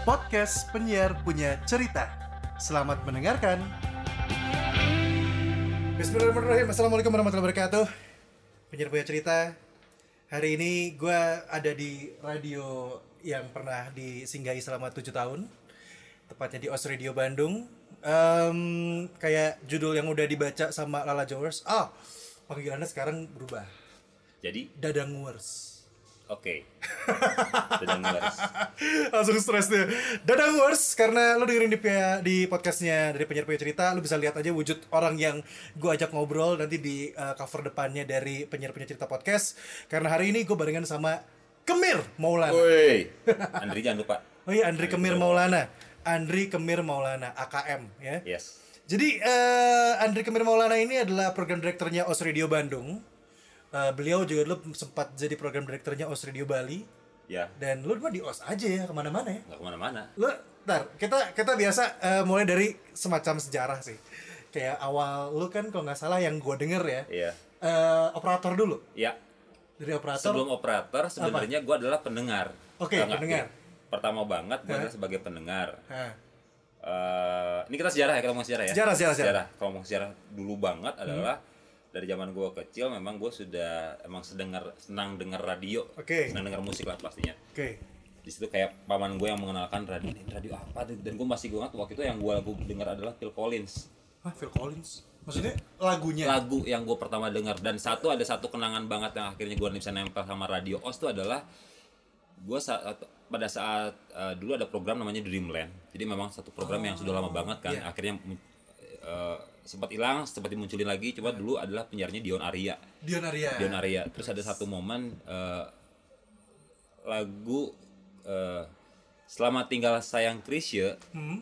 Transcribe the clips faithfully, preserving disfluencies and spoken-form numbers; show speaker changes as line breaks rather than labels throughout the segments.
podcast penyiar punya cerita. Selamat mendengarkan. Bismillahirrahmanirrahim. Assalamualaikum warahmatullahi wabarakatuh. Penyiar punya cerita. Hari ini gue ada di radio yang pernah disinggahi selama tujuh tahun. Tepatnya di Os Radio Bandung. um, Kayak judul yang udah dibaca sama Lala Jowers. Ah, panggilannya sekarang berubah.
Jadi
Dadang Wars.
Oke. Dadang Wars.
Langsung stres deh. Dadang Wars, karena lu dengerin di, di podcastnya dari penyiar punya cerita, lu bisa lihat aja wujud orang yang gue ajak ngobrol nanti di uh, cover depannya dari penyiar punya cerita podcast. Karena hari ini gue barengan sama Kemir Maulana.
Woi. Andri jangan lupa.
Oh iya, Andri Kemir Maulana. Andri Kemir Maulana, A K M ya.
Yes.
Jadi uh, Andri Kemir Maulana ini adalah program direkturnya Os Radio Bandung. Uh, beliau juga dulu sempat jadi program direkturnya Os Radio Bali.
Ya.
Dan lu mah di Os aja ya, kemana-mana ya?
Nggak kemana-mana.
Lu, ntar, kita kita biasa uh, mulai dari semacam sejarah sih. Kayak awal lu kan kalau nggak salah yang gue denger ya,
Iya.
uh, operator dulu.
Ya.
Dari operator.
Sebelum operator sebenarnya gue adalah pendengar.
Oke,
Nggak,
pendengar.
ya. Pertama banget gue adalah sebagai pendengar.
Hah.
Uh, ini kita sejarah ya, kita ngomong sejarah ya.
Sejarah, sejarah, sejarah.
Kalau ngomong sejarah dulu banget adalah dari zaman gue kecil memang gue sudah emang sedengar senang dengar radio.
Oke.
Senang dengar musik lah pastinya.
Oke.
Di situ kayak paman gue yang mengenalkan radio ini radio apa, dan gue masih gue ingat waktu itu yang gue lagu dengar adalah Phil Collins.
Hah, Phil Collins? Maksudnya lagunya?
Lagu yang gue pertama dengar, dan satu ada satu kenangan banget yang akhirnya gue bisa nempel sama radio Os itu adalah gue saat pada saat uh, dulu ada program namanya Dreamland. Jadi memang satu program oh, yang sudah lama banget kan, yeah. Akhirnya uh, sempat hilang, sempat dimunculin lagi. Coba yeah. Dulu adalah penyiarnya Dion Arya.
Dion Arya.
Dion Arya. Terus ada satu momen uh, lagu uh, Selamat Tinggal Sayang Krisye. Hmm?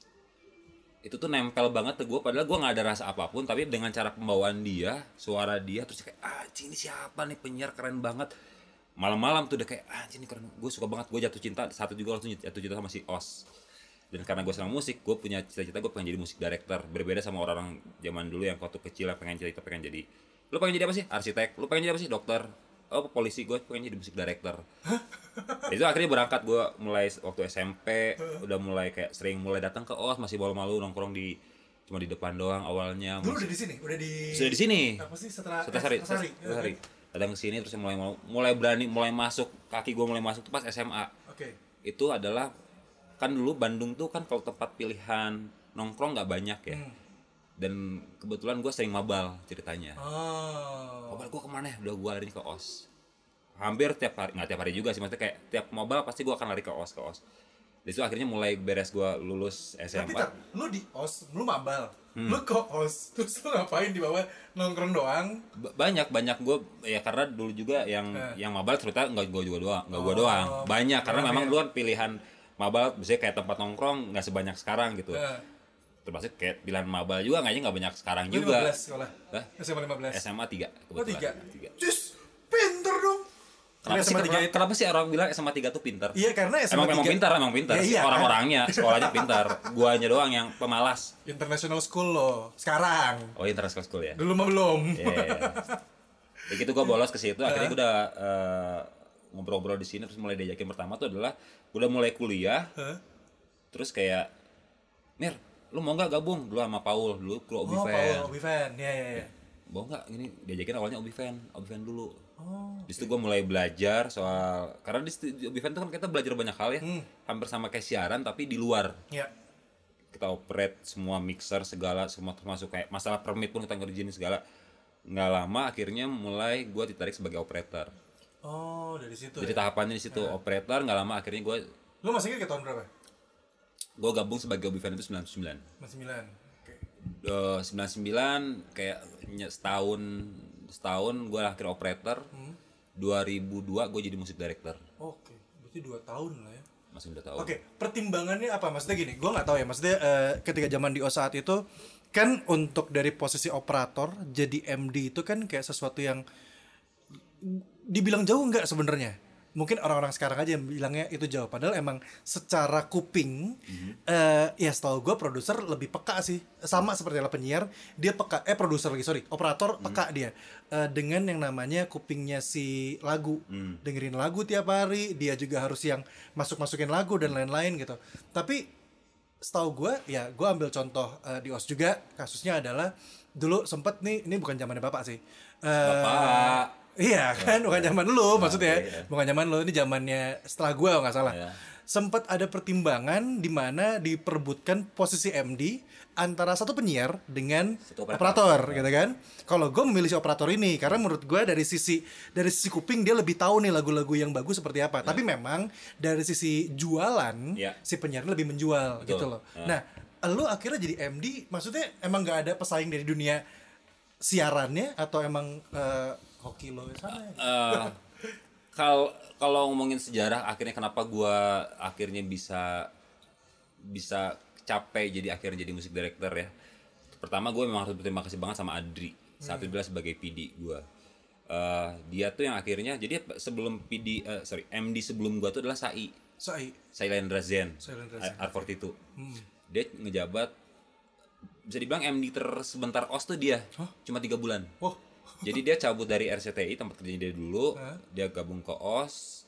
Itu tuh nempel banget ke gue, padahal gue nggak ada rasa apapun, tapi dengan cara pembawaan dia, suara dia, terus kayak ah ini siapa nih penyiar keren banget. Malam-malam tuh udah kayak ah ini keren, gue suka banget, gue jatuh cinta. Satu juga langsung jatuh cinta sama si Os. Dan karena gue senang musik, gue punya cita-cita gue pengen jadi musik director. Berbeda sama orang-orang zaman dulu yang waktu kecil yang pengen cerita, pengen jadi, lu pengen jadi apa sih? Arsitek. Lu pengen jadi apa sih? Dokter. Oh polisi. Gue pengen jadi musik director. Itu akhirnya berangkat gue mulai waktu S M P, udah mulai kayak sering mulai datang ke Os, masih malu-malu nongkrong di cuma di depan doang awalnya.
Dulu udah di sini, udah di
sudah di sini.
Apa sih setelah
Setasari, Setasari. Datang ke sini terus mulai mulai berani, mulai masuk, kaki gue mulai masuk tuh pas S M A.
Oke. Okay.
Itu adalah kan dulu Bandung tuh kan kalau tempat pilihan nongkrong nggak banyak ya. Hmm. Dan kebetulan gue sering mabal ceritanya.
Oh.
Mabal gue kemana ya? Udah gue lari ke Os. Hampir tiap hari, nggak tiap hari juga sih, maksudnya kayak tiap mabal pasti gue akan lari ke Os ke Os. Dari situ akhirnya mulai beres gue lulus S M A.
Tapi tak, lu di Os, lu mabal, hmm. lu ke Os, terus lu ngapain di bawah nongkrong doang?
B- banyak banyak gue ya karena dulu juga yang eh. yang mabal ternyata nggak gue juga doang, nggak oh, gue doang, banyak karena memang dulu kan pilihan mabal biasanya kayak tempat nongkrong nggak sebanyak sekarang gitu. Eh. Termasuk kayak pilihan mabal juga nggaknya nggak banyak sekarang lu juga.
lima belas sekolah. Hah? S M A lima belas.
S M A tiga
kebetulan. Oh tiga. tiga. Just pinter dong.
Kenapa sih, kenapa, itu... kenapa sih orang bilang S M A tiga tuh pintar?
Iya karena S M A
emang,
tiga...
Emang pintar, emang pintar.
Ya, iya,
orang-orangnya, kan? Sekolahnya pintar. Guanya doang yang pemalas.
International school loh, sekarang.
Oh, international school ya?
Dulu mah belum.
Iya, yeah. Ya gitu gue bolos ke situ, akhirnya gue udah uh, ngobrol-ngobrol di sini, terus mulai diajakin pertama tuh adalah gue udah mulai kuliah. Huh? Terus kayak, Mir, lu mau nggak gabung dulu sama Paul, dulu ke Obi
Oh,
Fan.
Paul Obi Fan, ya ya ya.
Mau nggak? Ini diajakin awalnya Obi Fan, Obi Fan dulu.
Oh,
di situ okay. Gue mulai belajar soal, karena di Obi Fan itu kan kita belajar banyak hal ya, hmm. hampir sama kayak siaran tapi di luar.
Yeah.
Kita operate semua mixer segala, semua termasuk kayak masalah permit pun kita ngerjain segala. Nggak lama akhirnya mulai gue ditarik sebagai operator.
Oh, dari situ.
Jadi
ya?
tahapannya di situ yeah. Operator, nggak lama akhirnya gue.
Lu masih ingat ke tahun berapa?
Gue gabung sebagai Obi Fan itu sembilan puluh sembilan.
sembilan puluh sembilan. Oke.
Okay. sembilan puluh sembilan kayak setahun setahun gue akhir operator. Hmm. dua ribu dua gue jadi musik director.
Oke, berarti dua tahun lah ya.
Masih dua tahun.
Oke, pertimbangannya apa? Maksudnya gini, gue nggak tahu ya. Maksudnya uh, ketika zaman di Os saat itu kan untuk dari posisi operator jadi M D itu kan kayak sesuatu yang dibilang jauh nggak sebenarnya. mungkin orang-orang sekarang aja yang bilangnya itu jauh, padahal emang secara kuping mm-hmm. uh, ya setahu gue produser lebih peka sih, sama seperti lah penyiar, dia peka, eh produser lagi sorry, operator mm-hmm. peka dia uh, dengan yang namanya kupingnya si lagu, mm. dengerin lagu tiap hari, dia juga harus yang masuk-masukin lagu dan lain-lain gitu. Tapi setahu gue ya, gue ambil contoh uh, di O S juga, kasusnya adalah dulu sempet nih, ini bukan zamannya bapak sih, uh,
bapak
iya kan, bukan zaman lu maksudnya, iya. bukan zaman lu, ini zamannya setelah gue nggak salah. Iya. Sempat ada pertimbangan di mana diperebutkan posisi M D antara satu penyiar dengan satu operator, operator gitu kan. Kalau gue memilih si operator ini karena menurut gue dari sisi dari sisi kuping dia lebih tahu nih lagu-lagu yang bagus seperti apa. Ya. Tapi memang dari sisi jualan ya. si penyiar lebih menjual. Betul. Gitu loh. Ya. Nah, lu akhirnya jadi M D, maksudnya emang nggak ada pesaing dari dunia siarannya atau emang uh, hoki lo sana? Uh,
Kalau kalau ngomongin sejarah, akhirnya kenapa gue akhirnya bisa bisa capek jadi akhirnya jadi musik director ya. Pertama gue memang harus berterima kasih banget sama Adri saat itu hmm. sebagai P D gue. Uh, dia tuh yang akhirnya jadi sebelum P D uh, sorry M D sebelum gue tuh adalah Sai.
Sai.
Sailendra Zen. R empat puluh dua. Hmm. Dia ngejabat bisa dibilang M D tersebentar O S tuh dia. Huh? Cuma tiga bulan. Oh. Jadi dia cabut dari R C T I tempat kerjanya dia dulu, huh? dia gabung ke O S,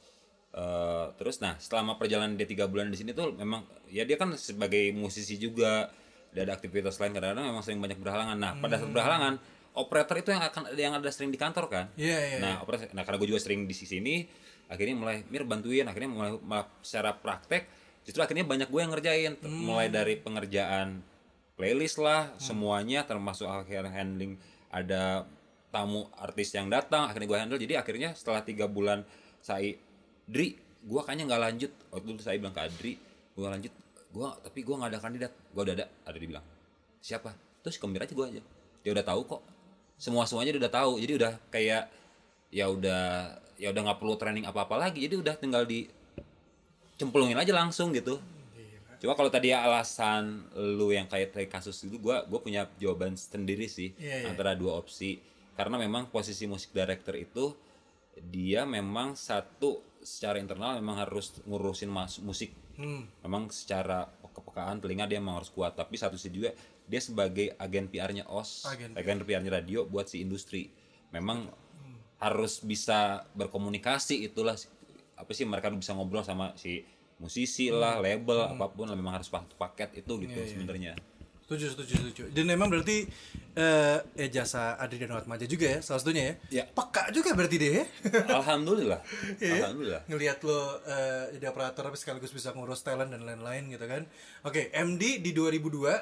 uh, terus nah selama perjalanan dia tiga bulan di sini tuh memang ya dia kan sebagai musisi juga, dia ada aktivitas lain kadang-kadang memang sering banyak berhalangan. Nah pada saat berhalangan, operator itu yang akan yang ada sering di kantor kan.
Yeah, yeah,
nah yeah. operator, nah karena gue juga sering di sini, akhirnya mulai Mir bantuin, akhirnya mulai malah secara praktek, justru akhirnya banyak gue yang ngerjain, hmm. mulai dari pengerjaan playlist lah, hmm. semuanya termasuk akhirnya handling ada tamu artis yang datang akhirnya gue handle. Jadi akhirnya setelah tiga bulan Sai Dri gue kayaknya nggak lanjut, waktu itu saya bilang ke Adri gue nggak lanjut, gue tapi gue nggak ada kandidat, gue udah ada. Adri bilang siapa, terus kembali aja gue aja, dia udah tahu kok, semua semuanya dia udah tahu, jadi udah kayak ya udah ya udah nggak perlu training apa apa lagi, jadi udah tinggal di cemplungin aja langsung gitu. Cuma kalau tadi alasan lu yang kayak kasus itu, gue gue punya jawaban sendiri sih, yeah, yeah. antara dua opsi. Karena memang posisi musik director itu dia memang satu secara internal memang harus ngurusin mas- musik, hmm. memang secara kepekaan telinga dia memang harus kuat. Tapi satu sisi juga dia sebagai agen P R-nya O S, agen, agen P R-nya radio buat si industri, memang hmm. harus bisa berkomunikasi. Itulah apa sih, mereka bisa ngobrol sama si musisi lah, hmm. label hmm. apapun lah, memang harus satu paket itu gitu yeah, sebenarnya. Yeah.
Setuju, setuju, setuju. Dan memang berarti uh, ya jasa Adri dan Watmaja juga ya, salah satunya ya.
Ya.
Peka juga berarti deh ya.
Alhamdulillah. Alhamdulillah.
Ngelihat lo uh, jadi operator tapi sekaligus bisa ngurus talent dan lain-lain gitu kan. Oke, okay, M D di dua ribu dua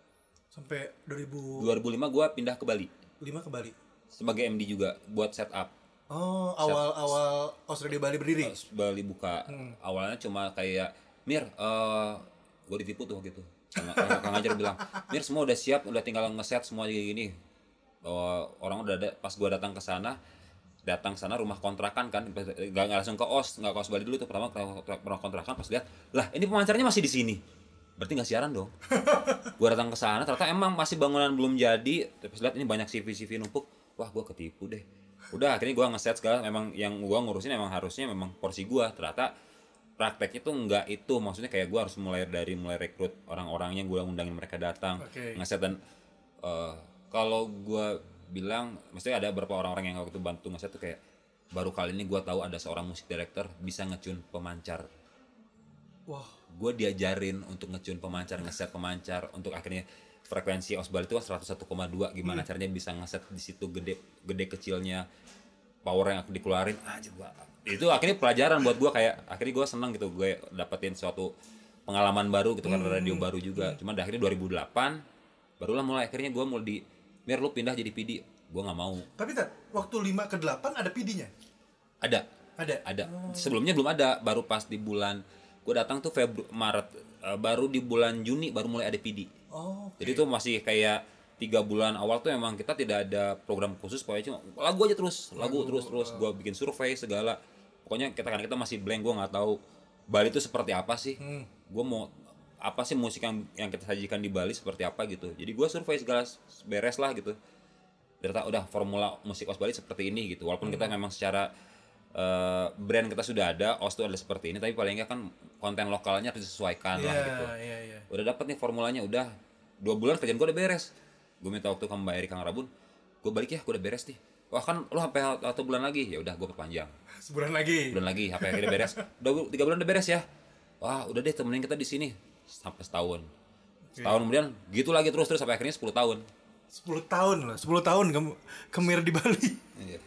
sampai dua ribu
dua ribu lima gua pindah ke Bali.
lima ke Bali.
Sebagai M D juga buat setup.
Oh, awal-awal Australia Bali berdiri.
Bali buka. Hmm. Awalnya cuma kayak Mir, uh, gua ditipu tuh gitu. Sama Kang Ajar bilang, Mir semua udah siap, udah tinggal ngeset semua kayak gini. Oh, orang udah ada. Pas gua datang ke sana, datang sana rumah kontrakan kan, nggak langsung ke O S, nggak ke O S Bali dulu tuh, pertama ke rumah kontrakan, pas lihat, lah ini pemancarnya masih di sini, berarti nggak siaran dong. Gua datang ke sana, ternyata emang masih bangunan belum jadi. Pas lihat ini banyak C V C V numpuk, wah gua ketipu deh. Udah akhirnya gua ngeset segala, memang yang gua ngurusin emang harusnya memang porsi gua, ternyata prakteknya tuh enggak itu, maksudnya kayak gue harus mulai dari mulai rekrut orang-orangnya, gue undangin mereka datang, okay. ngeset. Dan uh, kalau gue bilang, maksudnya ada beberapa orang-orang yang waktu bantu ngeset tuh kayak baru kali ini gue tahu ada seorang musik director bisa ngecun pemancar. Wah, gue diajarin untuk ngecun pemancar, ngeset pemancar, untuk akhirnya frekuensi O S Bali itu seratus satu koma dua, gimana hmm. caranya bisa ngeset di situ gede gede kecilnya, power yang dikeluarin aja gua. Itu akhirnya pelajaran buat gue, kayak akhirnya gue seneng gitu, gue dapetin suatu pengalaman baru gitu kan, hmm. radio baru juga. hmm. Cuma akhirnya dua ribu delapan barulah mulai akhirnya gue mulai di Mir lu pindah jadi P D, gue nggak mau.
Tapi kan waktu lima ke delapan ada P D-nya?
Ada
ada
ada oh. Sebelumnya belum ada, baru pas di bulan gue datang tuh Februari Maret, uh, baru di bulan Juni baru mulai ada P D. Oh, okay. Jadi tuh masih kayak tiga bulan awal tuh emang kita tidak ada program khusus, pokoknya cuma lagu aja terus, lagu, lagu terus terus gue bikin survei segala. Pokoknya kita kan kita masih blank, gue nggak tahu Bali itu seperti apa sih, hmm. gue mau apa sih musik yang yang kita sajikan di Bali seperti apa gitu. Jadi gue survei segala beres lah gitu. Ternyata udah formula musik O S Bali seperti ini gitu. Walaupun hmm. kita memang secara uh, brand kita sudah ada, O S tuh ada seperti ini, tapi paling nggak kan konten lokalnya harus disesuaikan
yeah,
lah gitu.
yeah, yeah.
Udah dapat nih formulanya, udah dua bulan kerjaan gue udah beres. Gue minta waktu ke Mbak Eri Kang Rabun, gue balik ya, gue udah beres nih. Wah kan lo sampai satu bulan lagi, ya udah gue perpanjang.
Sebulan lagi.
Bulan lagi, H P akhirnya beres. Udah tiga bulan udah beres ya. Wah udah deh temenin kita di sini sampai setahun. Setahun kemudian gitu lagi terus terus sampai akhirnya sepuluh tahun.
sepuluh tahun loh, sepuluh tahun kamu kemir di Bali. Iya.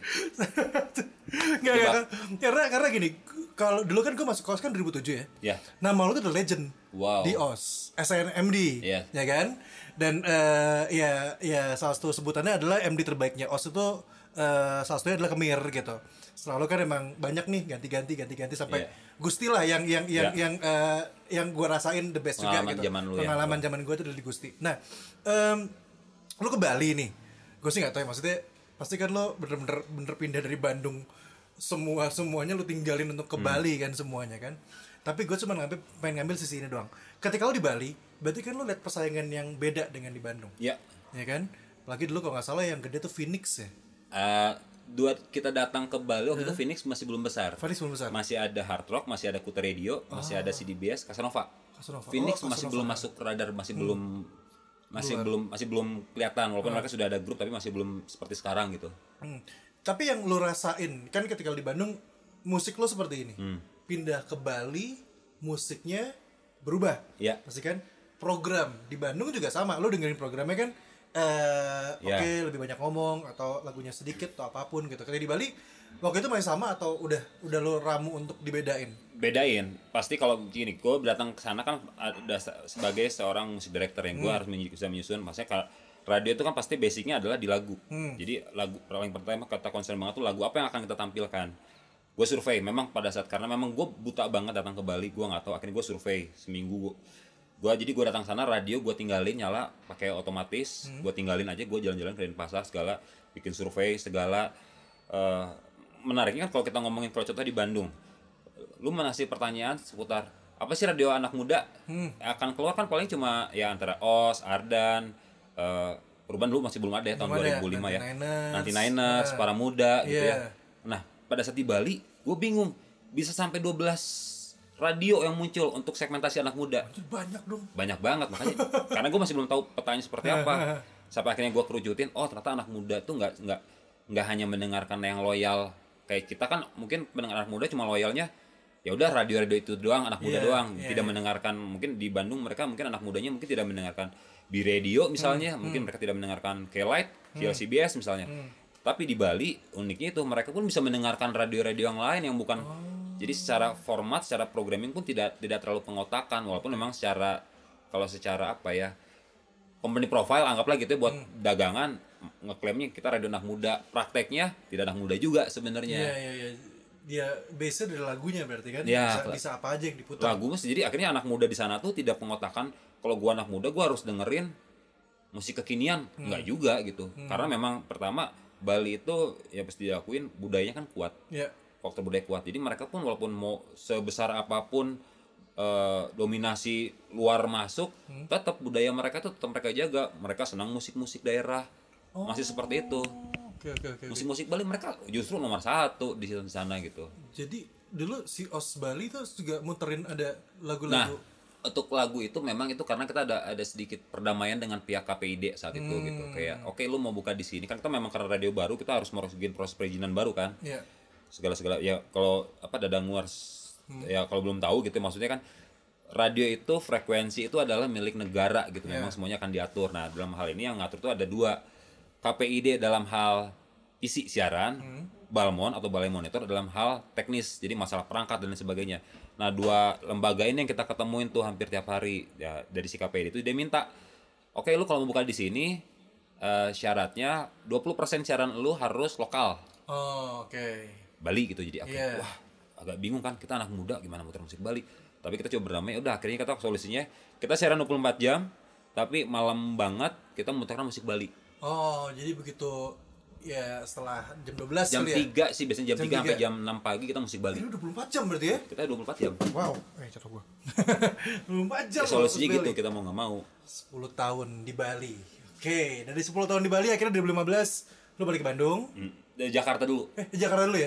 Enggak enggak. Karena karena gini, kalau dulu kan gue masuk kos kan dua ribu tujuh ya.
Iya.
Nama lu tuh The Legend.
Wow.
Di O S, S N M D.
Iya.
Ya kan? Dan uh, ya ya salah satu sebutannya adalah M D terbaiknya. O S itu uh, salah satunya adalah kemir gitu. Selalu kan emang banyak nih ganti-ganti ganti-ganti sampai yeah. Gusti lah yang yang yang yeah. yang uh, yang gue rasain the best
pengalaman
juga gitu.
Zaman lu
pengalaman
ya.
zaman gue tuh dari Gusti. Nah, um, lu ke Bali nih. Gue sih nggak tahu ya, maksudnya pasti kan lo bener-bener bener pindah dari Bandung, semua semuanya lu tinggalin untuk ke hmm. Bali kan semuanya kan. Tapi gue cuma ngambil pengen ngambil sisi ini doang. Ketika lo di Bali, berarti kan lo lihat persaingan yang beda dengan di Bandung.
Iya.
Ya kan? Apalagi dulu kalau nggak salah yang gede tuh Phoenix ya.
Uh, dua kita datang ke Bali waktu uh. itu Phoenix masih belum besar.
Phoenix belum besar.
Masih ada Hard Rock, masih ada Kuta Radio, oh. masih ada C D B S, Casanova.
Casanova.
Phoenix
oh,
masih belum masuk ke radar, masih hmm. belum masih
Luar.
belum masih belum kelihatan walaupun
hmm.
mereka sudah ada grup tapi masih belum seperti sekarang gitu.
Hmm. Tapi yang lo rasain kan ketika di Bandung musik lo seperti ini.
Hmm.
Pindah ke Bali musiknya berubah.
Iya.
Pasti kan program di Bandung juga sama. Lo dengerin programnya kan uh,
yeah.
oke okay, lebih banyak ngomong atau lagunya sedikit atau apapun gitu. Ketika di Bali waktu itu masih sama atau udah udah lo ramu untuk dibedain?
Bedain. Pasti kalau gini, gue datang ke sana kan ada sebagai seorang musik director yang gue hmm. harus bisa menyusun. Maksudnya kalau radio itu kan pasti basicnya adalah di lagu. Hmm. Jadi lagu paling pertama kata concern banget tuh lagu apa yang akan kita tampilkan. Gue survei memang pada saat karena memang gue buta banget datang ke Bali, gue nggak tahu. Akhirnya gue survei seminggu. Gue, gue jadi gue datang sana radio gue tinggalin nyala pakai otomatis. Hmm. Gue tinggalin aja, gue jalan-jalan ke Denpasar segala, bikin survei segala. Uh, menariknya kan kalau kita ngomongin kalau contoh di Bandung, lu mengasih pertanyaan seputar apa sih radio anak muda hmm. akan keluar kan paling cuma ya antara O S, Ardan, uh, Urban dulu masih belum ada ya tahun dua ribu lima ya, Nanti Niners, yeah. Para Muda gitu yeah. ya. Nah pada saat di Bali gue bingung bisa sampai dua belas radio yang muncul untuk segmentasi anak muda.
Banyak dong.
Banyak banget makanya karena gue masih belum tahu petanya seperti apa. Sampai akhirnya gue kerucutin, oh ternyata anak muda tuh nggak nggak nggak hanya mendengarkan yang loyal kayak kita kan mungkin pendengar anak muda cuma loyalnya ya udah radio-radio itu doang anak muda yeah, doang yeah, tidak yeah. mendengarkan mungkin di Bandung mereka mungkin anak mudanya mungkin tidak mendengarkan B Radio misalnya hmm, mungkin hmm. mereka tidak mendengarkan K-Light, hmm. C B S misalnya hmm. tapi di Bali uniknya itu mereka pun bisa mendengarkan radio-radio yang lain yang bukan oh. jadi secara format secara programming pun tidak tidak terlalu pengotakan walaupun memang secara kalau secara apa ya company profile anggaplah gitu ya buat hmm. dagangan ngeklaimnya kita radio anak muda, prakteknya tidak anak muda juga sebenarnya.
Iya iya iya. Dia base dari lagunya berarti kan
ya,
bisa, bisa apa aja yang diputar.
Lagu mas jadi akhirnya anak muda di sana tuh tidak pengotakan kalau gua anak muda gua harus dengerin musik kekinian, hmm. enggak juga gitu. Hmm. Karena memang pertama Bali itu ya pasti diakuin budayanya kan kuat. Iya. Faktor budaya kuat. Jadi mereka pun walaupun mau sebesar apapun uh, dominasi luar masuk, hmm. tetap budaya mereka tuh tetap mereka jaga. Mereka senang musik-musik daerah. Oh, masih seperti itu.
Okay, okay, okay,
musik-musik Bali mereka justru nomor satu di sana gitu.
Jadi dulu si O S Bali tuh juga muterin ada lagu-lagu.
Nah, untuk lagu itu memang itu karena kita ada ada sedikit perdamaian dengan pihak K P I D saat itu hmm. gitu. Kayak oke okay, lu mau buka di sini kan kita memang karena radio baru kita harus masukin proses perizinan baru kan. Iya. Yeah. Segala-segala ya kalau apa dadang luar hmm. ya kalau belum tahu gitu maksudnya kan radio itu frekuensi itu adalah milik negara gitu. Yeah. Memang semuanya akan diatur. Nah, dalam hal ini yang ngatur itu ada dua. K P I D dalam hal isi siaran, hmm. Balmon atau Balai Monitor dalam hal teknis, jadi masalah perangkat dan lain sebagainya. Nah dua lembaga ini yang kita ketemuin tuh hampir tiap hari ya dari si K P I D itu dia minta, oke okay, lu kalau mau buka di sini uh, syaratnya dua puluh persen siaran lu harus lokal.
Oh oke. Okay.
Bali gitu jadi okay.
Yeah.
Wah agak bingung kan kita anak muda gimana muter musik Bali. Tapi kita coba berdamai, udah akhirnya kita solusinya kita siaran dua puluh empat jam, tapi malam banget kita muterkan musik Bali.
Oh, jadi begitu ya setelah jam dua belas
jam
kali
tiga
ya?
Sih biasanya jam, jam tiga sampai jam enam pagi kita musik Bali.
Ini dua puluh empat jam berarti ya?
Kita dua puluh empat jam.
Wow, eh cara gua. dua puluh empat jam.
Ya, solusinya gitu kita mau enggak mau.
sepuluh tahun di Bali. Oke, dari sepuluh tahun di Bali akhirnya dua ribu lima belas lu balik ke Bandung.
Hmm. Dari Jakarta dulu.
Eh, di Jakarta dulu ya?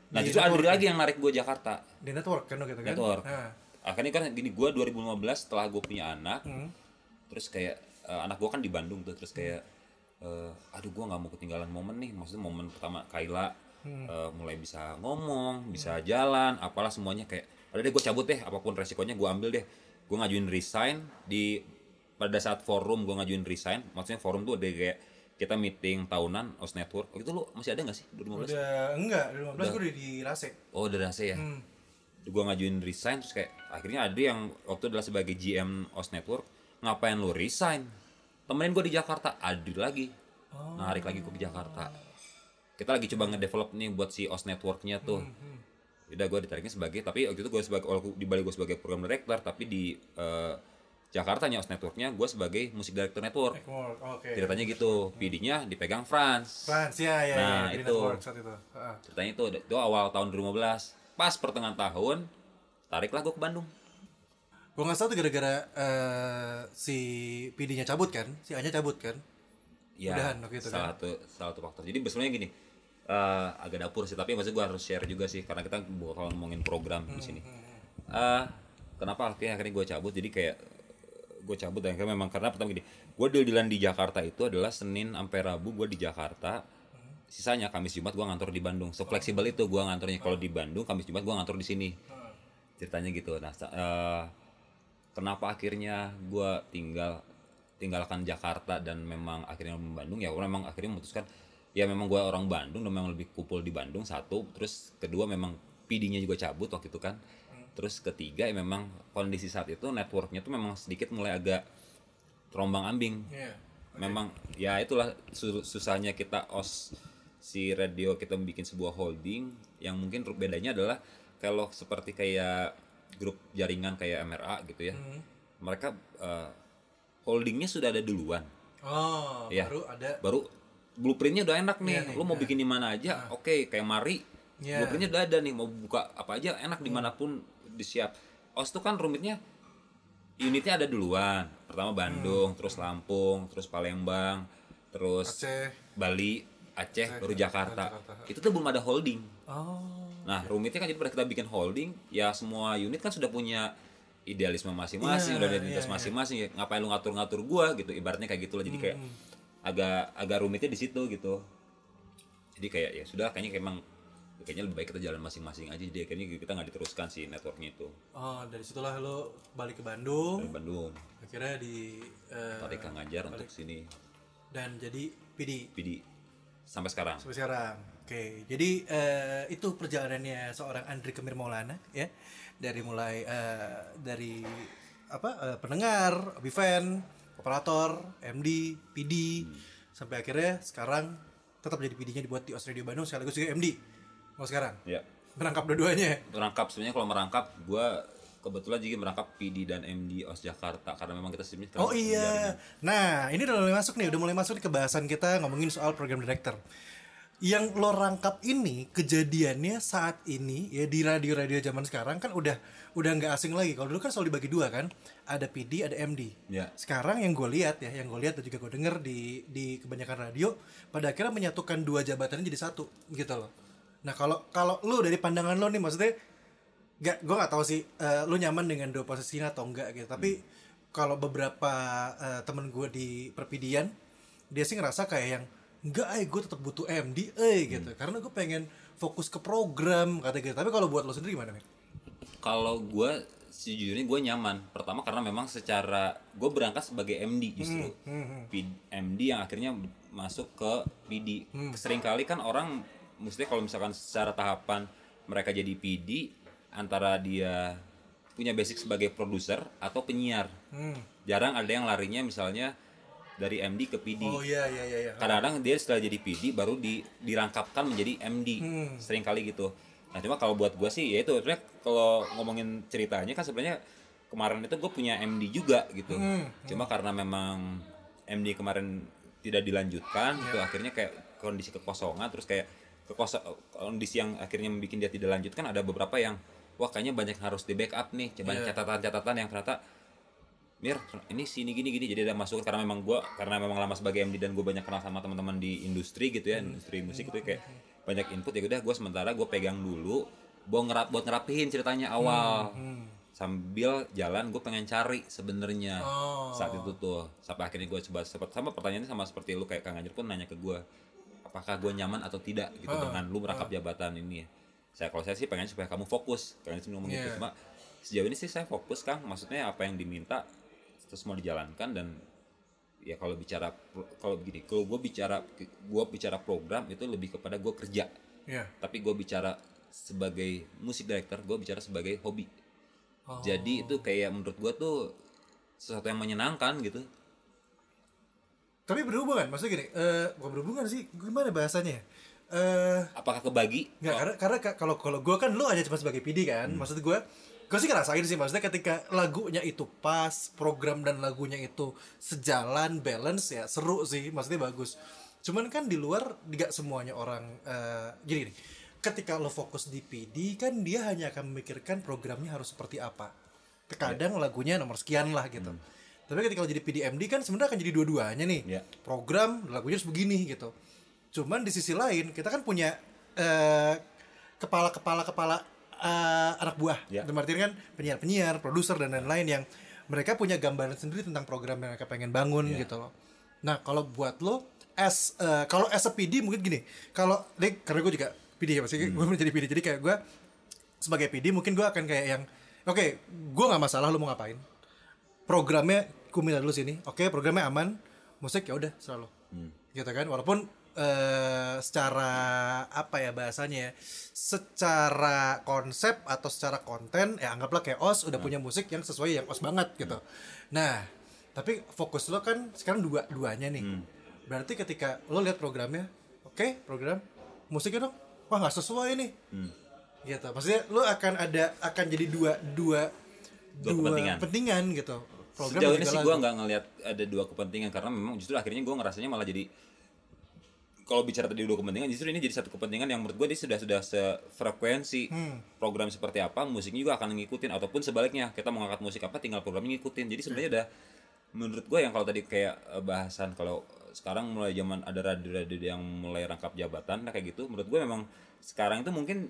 Nah
Di
justru Andri
network
lagi yang narik gue Jakarta.
Di network kan gitu kan.
Network.
Nah.
Akhirnya kan gini, gue dua ribu lima belas setelah gue punya anak,
Hmm.
terus kayak uh, anak gue kan di Bandung tuh, terus kayak uh, aduh gue nggak mau ketinggalan momen nih, maksudnya momen pertama Kayla hmm. uh, mulai bisa ngomong, bisa hmm. jalan, apalah semuanya kayak, udah deh gue cabut deh, apapun resikonya gue ambil deh. Gue ngajuin resign di pada saat forum gue ngajuin resign, maksudnya forum tuh ada kayak kita meeting tahunan O S Network. Oh, itu lu masih ada nggak sih dua ribu lima belas?
Udah enggak, dua ribu lima belas gue udah di Rase.
Oh, udah Rase ya. Hmm. Gue ngajuin resign terus kayak akhirnya ada yang waktu adalah sebagai G M O S Network, ngapain lu resign? Temenin gue di Jakarta, Adri lagi. Oh. Narik lagi gue ke Jakarta. Kita lagi coba ngedevelop nih buat si O S Networknya tuh. Hmm, hmm. Udah gue ditariknya sebagai, tapi waktu itu gue sebagai, di balik gue sebagai program director, tapi di uh, Jakarta nya O S Networknya gue sebagai musik director network. Okay. Ceritanya gitu, P D-nya dipegang France.
France ya ya.
Nah
ya,
itu.
itu. Uh.
Ceritanya itu, itu awal tahun dua ribu lima belas. Pas pertengahan tahun, tariklah gue ke Bandung.
Gue nggak tahu tuh gara-gara uh, si P D-nya cabut kan, si A-nya cabut kan.
Ya. Udahan waktu itu salah kan. Satu salah satu faktor. Jadi sebenarnya gini. Uh, agak dapur sih, tapi maksudnya gue harus share juga sih karena kita bakal ngomongin program hmm, di sini. Uh, kenapa akhirnya akhirnya gue cabut? Jadi kayak gue cabut dan memang karena pertama gini, gue deal-dealan di Jakarta itu adalah Senin sampai Rabu gue di Jakarta, sisanya Kamis Jumat gue ngantor di Bandung. So fleksibel itu gue ngantornya, kalau di Bandung Kamis Jumat gue ngantor di sini. Ceritanya gitu. Nah, uh, kenapa akhirnya gue tinggal tinggalkan Jakarta dan memang akhirnya di Bandung ya? Memang akhirnya memutuskan ya memang gue orang Bandung dan memang lebih kumpul di Bandung satu, terus kedua memang P D-nya juga cabut waktu itu kan, terus ketiga ya memang kondisi saat itu networknya tuh memang sedikit mulai agak terombang ambing. Yeah. Okay. Memang ya itulah susahnya kita O S si radio kita bikin sebuah holding yang mungkin bedanya adalah kalau seperti kayak grup jaringan kayak M R A gitu ya, hmm. mereka uh, holdingnya sudah ada duluan.
Oh, ya, baru ada.
Baru blueprintnya udah enak nih, yeah, lo mau yeah. bikin di mana aja, nah. oke okay, kayak Mari, yeah. blueprintnya udah ada nih, mau buka apa aja enak hmm. dimanapun disiap. O S tuh kan rumitnya, unitnya ada duluan, pertama Bandung, hmm. terus Lampung, terus Palembang, terus
Aceh.
Bali, Aceh, Aceh baru Jakarta. Jakarta. Itu tuh belum ada holding.
Oh.
Nah rumitnya kan jadi pada kita bikin holding, ya semua unit kan sudah punya idealisme masing-masing, yeah, udah ada identitas yeah, masing-masing, yeah. ngapain lu ngatur-ngatur gua gitu, ibaratnya kayak gitulah, jadi kayak hmm. agak agak rumitnya di situ gitu. Jadi kayak ya sudah kayaknya emang kayaknya lebih baik kita jalan masing-masing aja, jadi kayaknya kita nggak diteruskan si networknya itu.
Oh, dari situlah lo balik ke Bandung.
Dari Bandung.
Akhirnya di uh,
tarik Kang Ngajar untuk sini.
Dan jadi P D.
P D sampai sekarang.
Sampai sekarang. Oke, jadi uh, itu perjalanannya seorang Andri Kemir Maulana ya. Dari mulai uh, dari apa uh, pendengar, Bifan, operator, M D, P D, hmm. sampai akhirnya sekarang tetap jadi P D-nya dibuat di O S Radio Bandung sekaligus juga M D. Mau sekarang?
Ya.
Merangkap dua-duanya.
Merangkap sebenarnya kalau merangkap gue kebetulan juga merangkap P D dan M D O S Jakarta karena memang kita sebenarnya.
Oh iya. Nah, ini udah mulai masuk nih, udah mulai masuk nih ke bahasan kita ngomongin soal program director. Yang lo rangkap ini kejadiannya saat ini ya di radio-radio zaman sekarang kan udah udah nggak asing lagi. Kalau dulu kan selalu dibagi dua kan, ada P D, ada M D.
Ya.
Sekarang yang gue lihat ya, yang gue lihat dan juga gue denger di di kebanyakan radio, pada akhirnya menyatukan dua jabatan jadi satu gitu loh. Nah kalau kalau lo dari pandangan lo nih, maksudnya nggak, gue nggak tahu sih uh, lo nyaman dengan dua posisi atau enggak gitu. Tapi hmm. kalau beberapa uh, temen gue di perpidian, dia sih ngerasa kayak yang enggak, eh gue tetap butuh M D, eh gitu. Hmm. Karena gue pengen fokus ke program kata gitu. Tapi kalau buat lo sendiri gimana nih?
Kalau gue sejujurnya gue nyaman. Pertama karena memang secara gue berangkat sebagai M D justru. Hmm. Hmm. M D yang akhirnya masuk ke P D. Hmm. Seringkali kan orang mesti kalau misalkan secara tahapan mereka jadi P D antara dia punya basic sebagai produser atau penyiar. Hmm. Jarang ada yang larinya misalnya dari M D ke P D.
Oh iya iya iya.
Kadang-kadang dia setelah jadi P D baru di, dirangkapkan menjadi M D. Hmm. Sering kali gitu. Nah, cuma kalau buat gue sih ya itu sebenarnya kalau ngomongin ceritanya kan sebenarnya kemarin itu gue punya M D juga gitu. Hmm. Cuma karena memang M D kemarin tidak dilanjutkan yeah. itu akhirnya kayak kondisi kekosongan, terus kayak kekosong kondisi yang akhirnya membuat dia tidak lanjutkan, ada beberapa yang wah kayaknya banyak harus di backup nih. Coba yeah. catatan-catatan yang ternyata Mir, ini sini gini gini jadi ada masukan karena memang gue karena memang lama sebagai M D dan gue banyak kenal sama teman-teman di industri gitu ya, hmm. industri musik itu kayak banyak input, ya udah gue sementara gue pegang dulu buat ngerap buat ngerapihin ceritanya awal. Hmm, hmm. Sambil jalan gue pengen cari sebenarnya oh. saat itu tuh, sampai akhirnya gue coba sama pertanyaannya sama seperti lu, kayak Kang Anjir pun nanya ke gue apakah gue nyaman atau tidak gitu uh, dengan lu merangkap uh. jabatan ini. Saya kalau saya sih pengen supaya kamu fokus, kalian sih ngomong yeah. gitu. Cuma sejauh ini sih saya fokus Kang, maksudnya apa yang diminta terus mau dijalankan. Dan ya kalau bicara kalau begini, kalau gue bicara gue bicara program itu lebih kepada gue kerja yeah. tapi gue bicara sebagai musik director, gue bicara sebagai hobi. Oh. Jadi itu kayak menurut gue tuh sesuatu yang menyenangkan gitu.
Tapi berhubungan, maksudnya gini, uh, bukan berhubungan sih, gimana bahasanya? Uh,
Apakah kebagi?
Nggak, oh. karena karena kalau kalau gue kan lu aja cuma sebagai P D kan, hmm. maksud gue, gue sih ngerasain sih, maksudnya ketika lagunya itu pas, program dan lagunya itu sejalan, balance ya seru sih, maksudnya bagus. Cuman kan di luar nggak semuanya orang, uh, gini gini. Ketika lo fokus di P D kan dia hanya akan memikirkan programnya harus seperti apa. Terkadang yeah. lagunya nomor sekian lah gitu. Hmm. Tapi ketika lo jadi P D M D kan sebenarnya akan jadi dua-duanya nih. Yeah. Program lagunya harus begini gitu. Cuman di sisi lain kita kan punya uh, kepala-kepala kepala uh, anak buah. Yeah. Artinya kan penyiar-penyiar, produser dan lain-lain yang mereka punya gambaran sendiri tentang program yang mereka pengen bangun yeah. gitu loh. Nah, kalau buat lo as uh, kalau as a P D mungkin gini. Kalau karena gue juga P D ya pasti hmm. gue menjadi P D, jadi kayak gue sebagai P D mungkin gue akan kayak yang oke okay, gue nggak masalah lu mau ngapain, programnya gue minta dulu sini, oke okay, programnya aman, musik ya udah selalu hmm. gitu kan, walaupun uh, secara apa ya bahasanya ya, secara konsep atau secara konten ya anggaplah kayak O S udah hmm. punya musik yang sesuai yang O S banget gitu. hmm. Nah tapi fokus lo kan sekarang dua duanya nih, hmm. berarti ketika lo lihat programnya, oke okay, program musiknya dong wah nggak sesuai nih, hmm. gitu. Maksudnya lu akan ada akan jadi dua dua
dua, dua kepentingan.
kepentingan gitu.
Program sejauh ini sih gue nggak ngelihat ada dua kepentingan, karena memang justru akhirnya gue ngerasanya malah jadi kalau bicara tadi dua kepentingan, justru ini jadi satu kepentingan yang menurut gue dia sudah sudah sefrekuensi. hmm. Program seperti apa musiknya juga akan ngikutin, ataupun sebaliknya kita mau ngangkat musik apa tinggal programnya ngikutin. Jadi sebenarnya hmm. udah menurut gue yang kalau tadi kayak bahasan kalau sekarang mulai zaman ada radio-radio yang mulai rangkap jabatan nah kayak gitu, menurut gue memang sekarang itu mungkin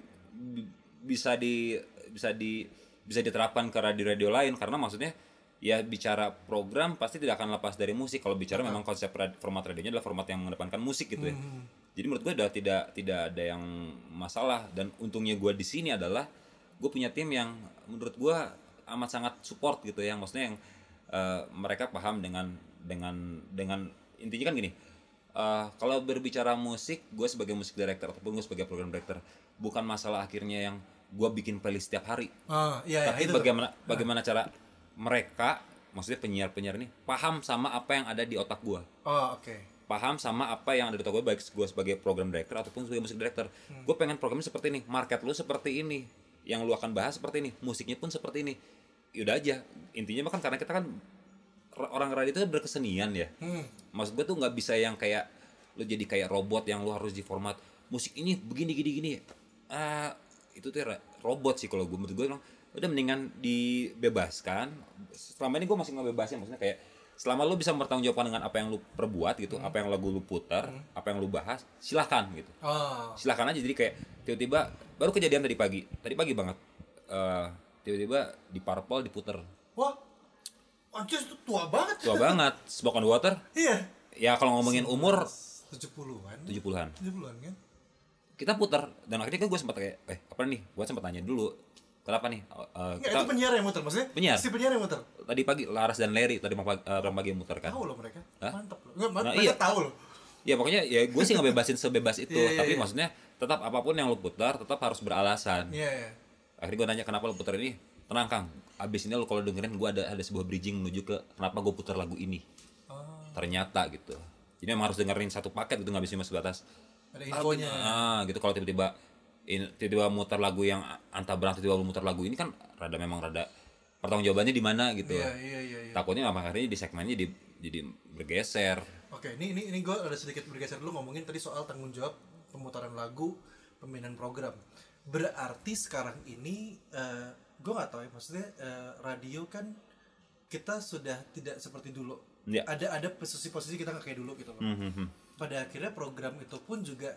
bisa di bisa di bisa diterapkan ke radio-radio lain, karena maksudnya ya bicara program pasti tidak akan lepas dari musik. Kalau bicara uh-huh. memang konsep rad, format radionya adalah format yang mengedepankan musik gitu ya. Hmm. Jadi menurut gue udah tidak tidak ada yang masalah, dan untungnya gue di sini adalah gue punya tim yang menurut gue amat sangat support gitu ya, maksudnya yang uh, mereka paham dengan dengan dengan intinya kan gini, uh, kalau berbicara musik, gue sebagai musik director ataupun gue sebagai program director, bukan masalah akhirnya yang gue bikin playlist setiap hari,
oh, iya,
tapi
iya,
bagaimana tuh. bagaimana cara mereka, maksudnya penyiar-penyiar ini paham sama apa yang ada di otak gue,
oh, okay.
paham sama apa yang ada di otak gue, baik gue sebagai program director ataupun sebagai musik director. hmm. Gue pengen programnya seperti ini, market lu seperti ini, yang lu akan bahas seperti ini, musiknya pun seperti ini. Yaudah aja, intinya kan karena kita kan orang radio itu berkesenian ya. Hmm. Maksud gue tuh nggak bisa yang kayak lu jadi kayak robot yang lu harus di format musik ini begini gini gini. Ah itu tuh robot sih kalau gue, menurut gue bilang udah mendingan dibebaskan. Selama ini gue masih ngebebasin, maksudnya kayak selama lu bisa bertanggungjawabkan dengan apa yang lu perbuat gitu, hmm. apa yang lagu lu putar, hmm. apa yang lu bahas, silahkan gitu. Oh. Silahkan aja. Jadi kayak tiba-tiba baru kejadian tadi pagi, tadi pagi banget, uh, tiba-tiba di Purple diputer.
Wah. Anjir itu tua banget.
Tua banget. Smoke on Water.
Iya.
Ya kalau ngomongin umur
tujuh puluhan.
tujuh puluhan.
tujuh puluhan kan.
Kita putar dan akhirnya kan gue sempat kayak eh apa nih? Gue sempat tanya dulu. Kenapa nih? Uh,
Nggak, kita, itu penyiar yang muter maksudnya?
Penyiar.
Si penyiar yang muter.
Tadi pagi Laras dan Larry tadi pagi, uh, pagi yang muter kan.
Tahu loh mereka.
Hah?
Mantap loh. Nggak,
nah,
mereka
iya.
tahu loh.
Ya pokoknya ya gue sih ngebebasin sebebas itu,
yeah, yeah,
tapi
yeah.
maksudnya tetap apapun yang lu putar tetap harus beralasan.
Iya. Yeah, yeah.
Akhirnya gue nanya kenapa lu putar ini? Tenang Kang, abis ini lo kalau dengerin gue ada ada sebuah bridging menuju ke kenapa gue putar lagu ini. Oh. Ternyata gitu. Jadi memang harus dengerin satu paket gitu, nggak bisa cuma sebatas.
Ada infonya.
Ah gitu, kalau tiba-tiba in, tiba-tiba muter lagu yang antah berang, tiba-tiba muter lagu ini kan rada memang rada pertanggungjawabannya di mana gitu.
Iya iya iya. iya.
Takutnya apa akhirnya di segmennya jadi jadi bergeser.
Oke, ini ini ini gue ada sedikit bergeser dulu ngomongin tadi soal tanggung jawab pemutaran lagu, pembinaan program. Berarti sekarang ini uh, gue nggak tahu ya, maksudnya uh, radio kan kita sudah tidak seperti dulu. Ya. Ada ada posisi-posisi kita nggak kayak dulu gitu loh. Mm-hmm. Pada akhirnya program itu pun juga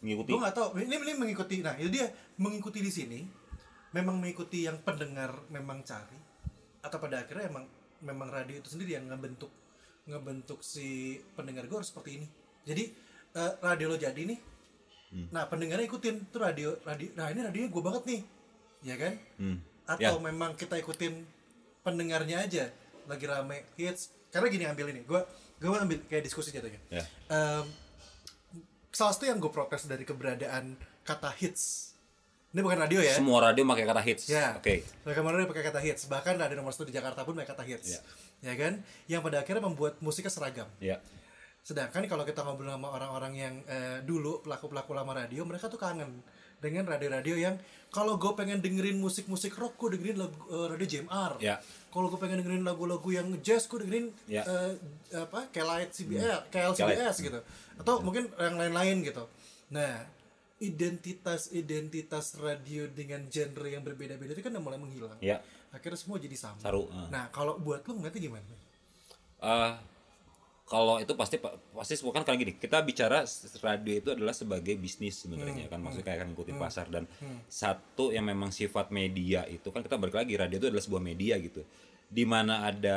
Ngikuti.
Gue nggak tahu. Ini ini mengikuti. Nah itu dia mengikuti di sini. Memang mengikuti yang pendengar memang cari. Atau pada akhirnya emang memang radio itu sendiri yang ngebentuk ngebentuk si pendengar gue harus seperti ini. Jadi uh, radio lo jadi nih. Hmm. Nah pendengarnya ikutin tuh radio radio. Nah ini radionya gue banget nih, ya kan? Hmm. Atau ya. Memang kita ikutin pendengarnya aja lagi rame hits. Karena gini ambil ini, gue gue ambil kayak diskusi jatuhnya. Ya. Um, salah satu yang gue protes dari keberadaan kata hits. Ini bukan radio ya.
Semua radio pakai kata hits.
Ya.
Oke. Okay.
Mereka radio pakai kata hits. Bahkan radio nomor satu di Jakarta pun pakai kata hits. Ya. Ya kan? Yang pada akhirnya membuat musiknya seragam.
Ya.
Sedangkan kalau kita ngobrol sama orang-orang yang eh, dulu pelaku-pelaku lama radio, mereka tuh kangen dengan radio-radio yang kalau gue pengen dengerin musik-musik rock, gue dengerin lagu, uh, radio J M R. Ya. Kalau gue pengen dengerin lagu-lagu yang jazz, gue dengerin ya. uh, apa K L C B S, K L C B S gitu. Atau ya. Mungkin yang lain-lain gitu. Nah, identitas-identitas radio dengan genre yang berbeda-beda itu kan udah mulai menghilang. Ya. Akhirnya semua jadi sama.
Saru. Uh.
Nah, kalau buat lu ngeliatnya gimana?
Uh, kalau itu pasti pasti semua kan kayak gini. Kita bicara radio itu adalah sebagai bisnis sebenarnya hmm. kan, maksudnya kayak akan ngikutin hmm. pasar dan hmm. satu yang memang sifat media itu kan kita balik lagi radio itu adalah sebuah media gitu. Di mana ada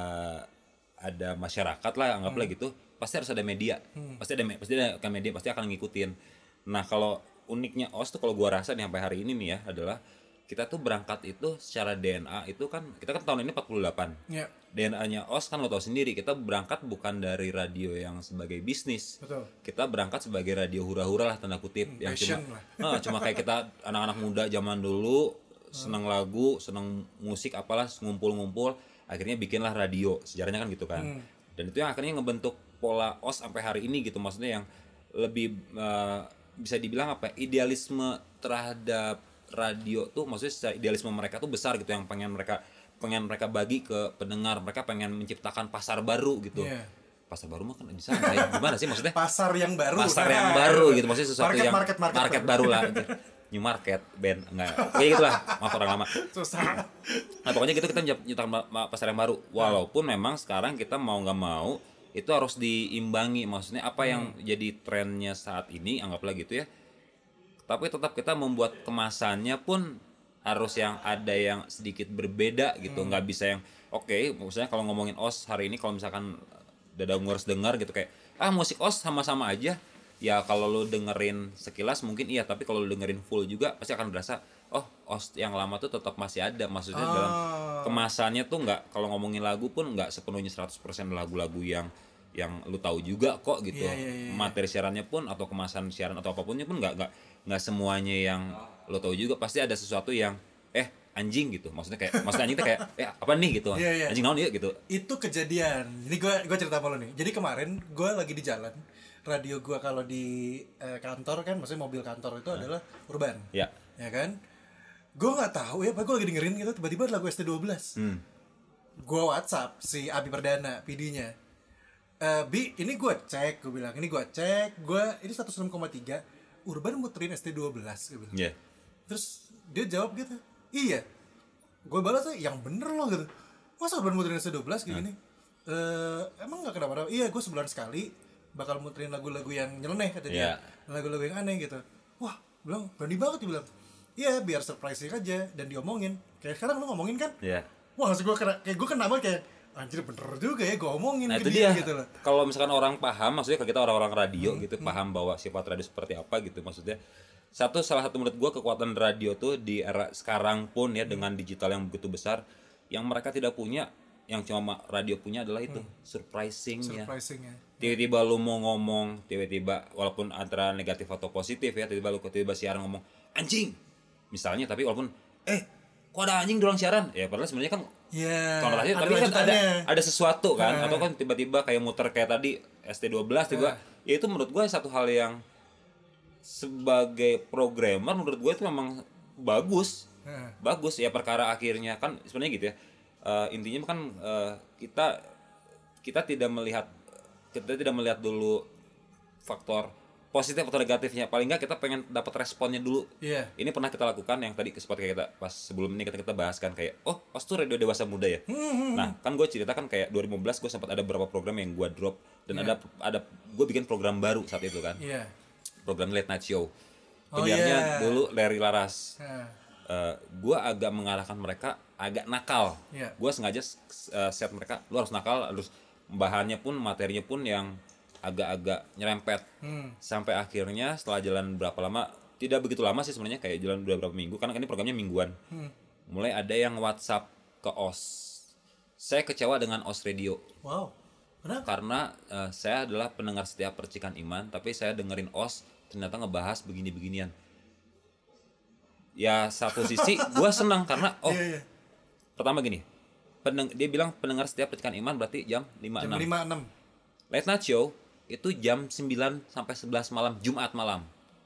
ada masyarakat lah anggaplah hmm. gitu, pasti harus ada media. Hmm. Pasti ada pasti ada kan media pasti akan ngikutin. Nah, kalau uniknya O S tuh kalau gua rasa nih sampai hari ini nih ya adalah kita tuh berangkat itu secara D N A itu kan kita kan tahun ini empat puluh delapan. Yeah. D N A-nya O S kan lo tau sendiri, kita berangkat bukan dari radio yang sebagai bisnis. Betul. Kita berangkat sebagai radio hura-hura lah tanda kutip hmm, yang cuma nah, cuma kayak kita anak-anak muda zaman dulu senang hmm. lagu, senang musik apalah ngumpul-ngumpul, akhirnya bikinlah radio. Sejarahnya kan gitu kan. Hmm. Dan itu yang akhirnya ngebentuk pola O S sampai hari ini gitu, maksudnya yang lebih uh, bisa dibilang apa? Idealisme terhadap radio tuh maksudnya idealisme mereka tuh besar gitu, yang pengen mereka pengen mereka bagi ke pendengar, mereka pengen menciptakan pasar baru gitu. Yeah. Pasar baru mah kan bisa kayak gimana sih maksudnya?
Pasar yang baru.
Pasar nah, yang baru gitu maksudnya sesuatu
market,
yang
market, market,
market baru lah. New market band enggak. Kayak gitulah, maaf orang lama.
Susah.
Nah, pokoknya gitu kita menciptakan pasar yang baru. Walaupun memang sekarang kita mau enggak mau itu harus diimbangi, maksudnya apa yang hmm. jadi trennya saat ini anggaplah gitu ya. Tapi tetap kita membuat kemasannya pun harus yang ada yang sedikit berbeda gitu, hmm. nggak bisa yang oke, okay, maksudnya kalau ngomongin O S hari ini kalau misalkan Dadang harus dengar gitu kayak ah musik O S sama-sama aja ya, kalau lu dengerin sekilas mungkin iya, tapi kalau lu dengerin full juga pasti akan berasa oh O S yang lama tuh tetap masih ada, maksudnya oh. dalam kemasannya tuh nggak, kalau ngomongin lagu pun nggak sepenuhnya seratus persen lagu-lagu yang yang lu tahu juga kok gitu. Yeah, yeah, yeah. Materi siarannya pun atau kemasan siaran atau apapunnya pun nggak nggak nggak semuanya yang lu tahu juga, pasti ada sesuatu yang eh anjing gitu, maksudnya kayak maksudnya anjing tuh kayak eh apa nih gitu. Yeah, yeah. Anjing naon ya gitu.
Itu kejadian. Ini gue gue cerita sama lo nih. Jadi kemarin gue lagi di jalan, radio gue kalau di eh, kantor kan, maksudnya mobil kantor itu nah. adalah urban. Ya. Yeah. Ya kan? Gue nggak tahu ya, gue lagi dengerin gitu tiba-tiba lagu S T dua belas. Hmm. Gue WhatsApp si Abi Perdana, P D-nya. Uh, Bi, ini gue cek, gue bilang, ini gue cek, gue ini seratus enam koma tiga, Urban muterin S T dua belas, gue bilang. Yeah. Terus dia jawab gitu, iya. Gue balas yang bener loh gitu. Masa Urban muterin S T dua belas kayak nah. gini? Uh, emang gak kenapa-napa? Iya, gue sebulan sekali bakal muterin lagu-lagu yang nyeleneh kata dia, yeah. lagu-lagu yang aneh gitu. Wah, bilang berani banget dia bilang. Iya, biar surprising aja dan diomongin. Kayak sekarang lu ngomongin kan? Iya. Yeah. Wah, langsung gue kena, kayak gue kena banget kayak anjir bener juga ya gue omongin
nah,
ke
dia,
dia gitu loh.
Kalau misalkan orang paham, maksudnya kalau kita orang-orang radio hmm, gitu hmm. paham bahwa sifat radio seperti apa gitu, maksudnya satu salah satu menurut gue kekuatan radio tuh di era sekarang pun ya hmm. dengan digital yang begitu besar, yang mereka tidak punya, yang cuma radio punya adalah itu hmm. surprisingnya. Surprisingnya. Tiba-tiba lu mau ngomong, tiba-tiba walaupun antara negatif atau positif ya, tiba-tiba lu tiba-tiba siaran ngomong anjing misalnya, tapi walaupun eh kok ada anjing doang siaran ya, padahal sebenarnya kan
yeah,
konotasinya tapi kan ada ada sesuatu kan, uh. atau kan tiba-tiba kayak muter kayak tadi S T dua belas tiba, uh. ya itu menurut gue satu hal yang sebagai programmer menurut gue itu memang bagus, uh. bagus ya, perkara akhirnya kan sebenarnya gitu ya, uh, intinya kan uh, kita kita tidak melihat kita tidak melihat dulu faktor positif atau negatifnya, paling nggak kita pengen dapat responnya dulu. Yeah. Ini pernah kita lakukan yang tadi seperti kita pas sebelum ini kita kita bahas kan kayak oh pas tuh radio dewasa muda ya. Mm-hmm. Nah kan gue cerita kan kayak dua ribu lima belas gue sempat ada beberapa program yang gue drop dan yeah. ada ada gue bikin program baru saat itu kan. Yeah. program Late Night Show.
Oh,
Penyiarnya
iya.
dulu Larry Laras.
Nah,
Uh, gue agak mengarahkan mereka agak nakal.
Iya.
Gue sengaja uh, set mereka, lu harus nakal, harus bahannya pun materinya pun yang agak-agak nyerempet.
hmm.
Sampai akhirnya setelah jalan berapa lama, tidak begitu lama sih sebenarnya, kayak jalan beberapa minggu, karena kan ini programnya mingguan.
Hmm.
Mulai ada yang WhatsApp ke O S. Saya kecewa dengan O S Radio.
Wow, kenapa?
Karena uh, saya adalah pendengar setiap Percikan Iman, tapi saya dengerin O S ternyata ngebahas begini-beginian. Ya satu sisi gue senang karena oh
Iya, iya.
pertama gini, pendeng dia bilang pendengar setiap Percikan Iman berarti jam lima
Jam
enam.
lima enam.
Late Night Show itu jam sembilan sampai sebelas malam, Jumat malam.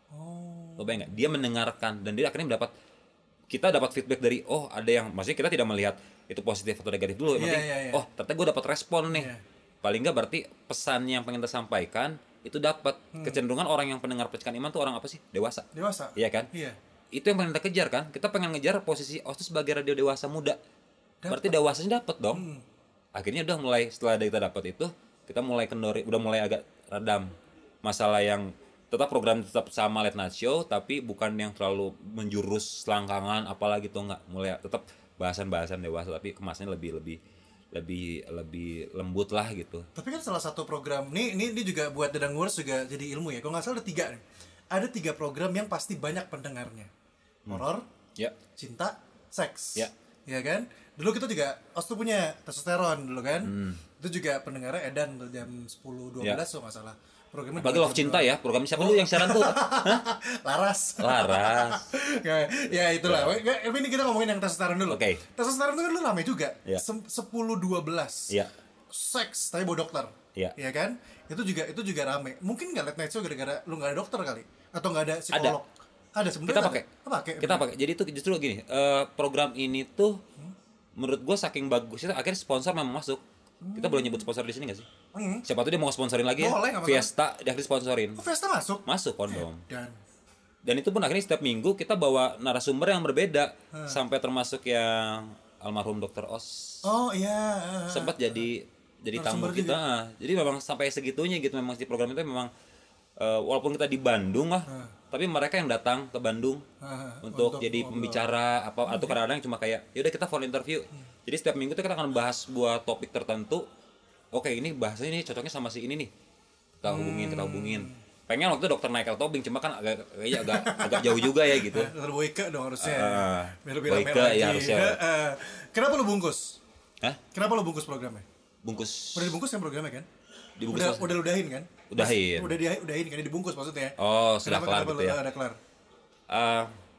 Oh.
Lo bayang nggak? Dia mendengarkan dan dia akhirnya mendapat, kita dapat feedback dari oh ada yang, maksudnya kita tidak melihat itu positif atau negatif dulu, yang
Iya,
penting
iya, iya.
oh ternyata gue dapat respon nih.
Iya.
Paling nggak berarti pesan yang pengen kita sampaikan itu dapat.
Hmm.
Kecenderungan orang yang pendengar Percikan Iman tuh orang apa sih? Dewasa.
Dewasa.
Iya kan?
Iya.
Itu yang pengen kita kejar kan, kita pengen ngejar posisi O S itu sebagai radio dewasa muda. Berarti dewasanya dapat dong.
Hmm.
Akhirnya udah mulai, setelah kita dapat itu kita mulai kendori, udah mulai agak redam masalah yang tetap program tetap sama Late Night Show tapi bukan yang terlalu menjurus selangkangan apalagi tuh, nggak, mulai tetap bahasan-bahasan dewasa tapi kemasannya lebih lebih lebih lebih lembut lah gitu.
Tapi kan salah satu program nih, ini ini juga buat Dedang Wars juga jadi ilmu ya. Kalau nggak salah ada tiga nih. Ada tiga program yang pasti banyak pendengarnya. Horor,
Ya.
cinta, seks.
Ya.
Ya kan? Dulu kita juga O S tuh punya testosteron dulu kan.
Hmm.
Itu juga pendengarnya edan tuh jam sepuluh dua belas
Ya.
kalau nggak salah. Programnya
Apalagi
dua
Love
jam
Cinta
doang.
ya, program siapa dulu yang siaran tuh? Hah?
Laras.
Laras.
ya, ya itulah. Ya. Ini kita ngomongin yang testosteron dulu.
Oke.
Testosteron itu kan dulu rame juga.
Ya.
sepuluh dua belas.
Iya.
Seks tapi bawa dokter.
Iya.
Ya kan? Itu juga itu juga rame. Mungkin nggak Late Night Show gara-gara lu nggak ada dokter kali atau nggak ada psikolog. Ada, sebenarnya.
Kita
ada.
pakai.
Oh, pakai.
Kita pakai. Jadi itu justru gini, eh, program ini tuh menurut gue saking bagusnya akhirnya sponsor memang masuk. Kita boleh nyebut sponsor di sini nggak sih?
Hmm.
Siapa tuh dia mau sponsorin lagi ya?
Boleh, nggak masalah.
Fiesta dia akhirnya sponsorin.
Oh, Vesta masuk.
Masuk kondom.
Dan
Dan itu pun akhirnya setiap minggu kita bawa narasumber yang berbeda. Sampai termasuk yang almarhum dokter Os.
oh iya.
Sempat jadi jadi tamu
Narasumber
kita.
juga.
Ah. Jadi memang sampai segitunya gitu memang si program itu memang eh, walaupun kita di Bandung lah, tapi mereka yang datang ke Bandung
Ah,
untuk,
untuk
jadi
ngobrol.
pembicara apa atau kadang-kadang cuma kayak ya udah kita phone interview. Jadi setiap minggu tuh kita akan bahas sebuah topik tertentu. Oke, ini bahasanya ini cocoknya sama si ini nih. Kita hubungin, kita hubungin. Pengen waktu itu dokter Michael Tobing cuma kan agak kayaknya agak agak jauh juga ya gitu.
Dokter Boyke dong harusnya.
Ah,
Biar lebih rame
Boyke,
lagi.
ya harusnya.
Eh, Kenapa lu bungkus?
Hah?
Kenapa lu bungkus programnya?
Bungkus.
Udah dibungkus kan programnya kan?
Dibungkus
udah
mas-
udah ludahin kan?
Udahin.
Udah dia udahin kan dibungkus maksudnya.
Oh, sudah
Kenapa-
kelar
kenapa
gitu
lu-
ya.
ah, udah kelar.
Eh,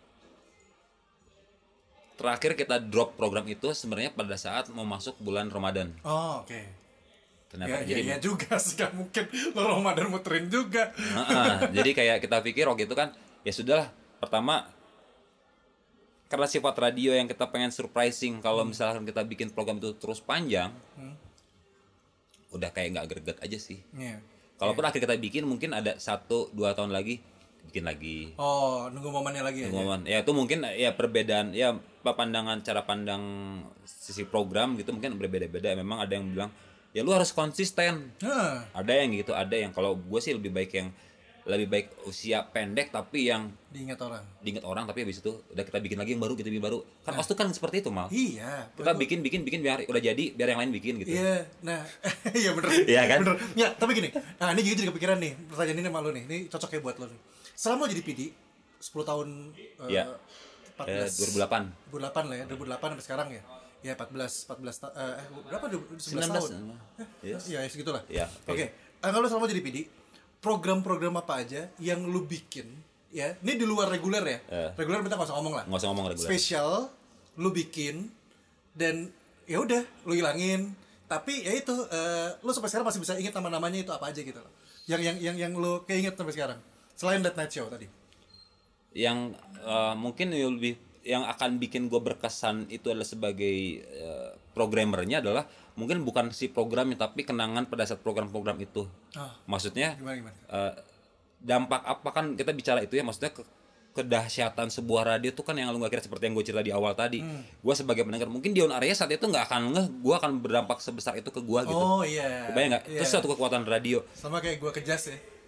terakhir kita drop program itu sebenarnya pada saat mau masuk bulan Ramadan.
Oh, oke.
Ternyata
Ya,
jadi
ya, ya juga sih, gak mungkin lo Ramadan muterin juga.
Heeh, jadi kayak kita pikir waktu itu kan ya sudahlah, pertama karena sifat radio yang kita pengen surprising, kalau misalkan kita bikin program itu terus panjang, udah kayak nggak greget aja sih.
Iya.
Kalaupun akhir kita bikin mungkin ada satu dua tahun lagi bikin lagi.
Oh, nunggu momennya lagi ya.
Momen ya itu mungkin ya perbedaan ya pandangan cara pandang sisi program gitu mungkin berbeda-beda. Memang ada yang bilang ya lu harus konsisten.
Hah,
Ada yang gitu, ada yang kalau gue sih lebih baik yang lebih baik usia pendek tapi yang
diingat orang.
diingat orang, tapi habis itu udah kita bikin lagi yang baru gitu, bikin baru. Kan O S tuh kan seperti itu mal.
Iya.
Kita bikin bikin bikin biar udah jadi biar yang lain bikin gitu.
Iya, nah, iya bener.
Iya kan?
Bener. Ya, tapi gini. Nah, ini juga jadi kepikiran nih. Pertanyaan ini sama lo nih. Ini cocok ya buat lo nih. Selama lo jadi P D sepuluh tahun eh,
Iya.
empat
Eh,
belas
dua ribu delapan.
dua ribu delapan lah ya, dua ribu delapan sampai sekarang ya. Ya empat belas empat belas ta- eh eh, berapa sebelas
sembilan belas.
tahun.
Iya.
Ya, ya segitulah.
Iya,
Oke.
oke.
Eh, kalau selama jadi P D, program-program apa aja yang lu bikin ya? Ini di luar reguler ya.
Eh.
Reguler kita nggak usah ngomong lah.
Nggak usah ngomong reguler.
Spesial lu bikin dan ya udah lu hilangin. Tapi ya itu eh, lu sampai sekarang masih bisa ingat nama-namanya itu apa aja gitu loh. Yang yang yang yang lu keinget sampai sekarang. Selain Late Night Show tadi.
Yang eh, mungkin yang lebih yang akan bikin gue berkesan itu adalah sebagai eh, programmernya adalah mungkin bukan si programnya tapi kenangan pada saat program-program itu.
Ah.
Maksudnya
Gimana gimana?
eh, dampak apa kan kita bicara itu ya, maksudnya ke, kedahsyatan sebuah radio tuh kan yang lu gak kira seperti yang gue cerita di awal tadi.
Hmm.
Gue sebagai pendengar mungkin di on area saat itu nggak akan ngeh gue akan berdampak sebesar itu ke gue gitu.
Oh iya.
Kebayang nggak?
Iya.
Terus satu kekuatan radio.
Sama kayak gua ke Jazz ya.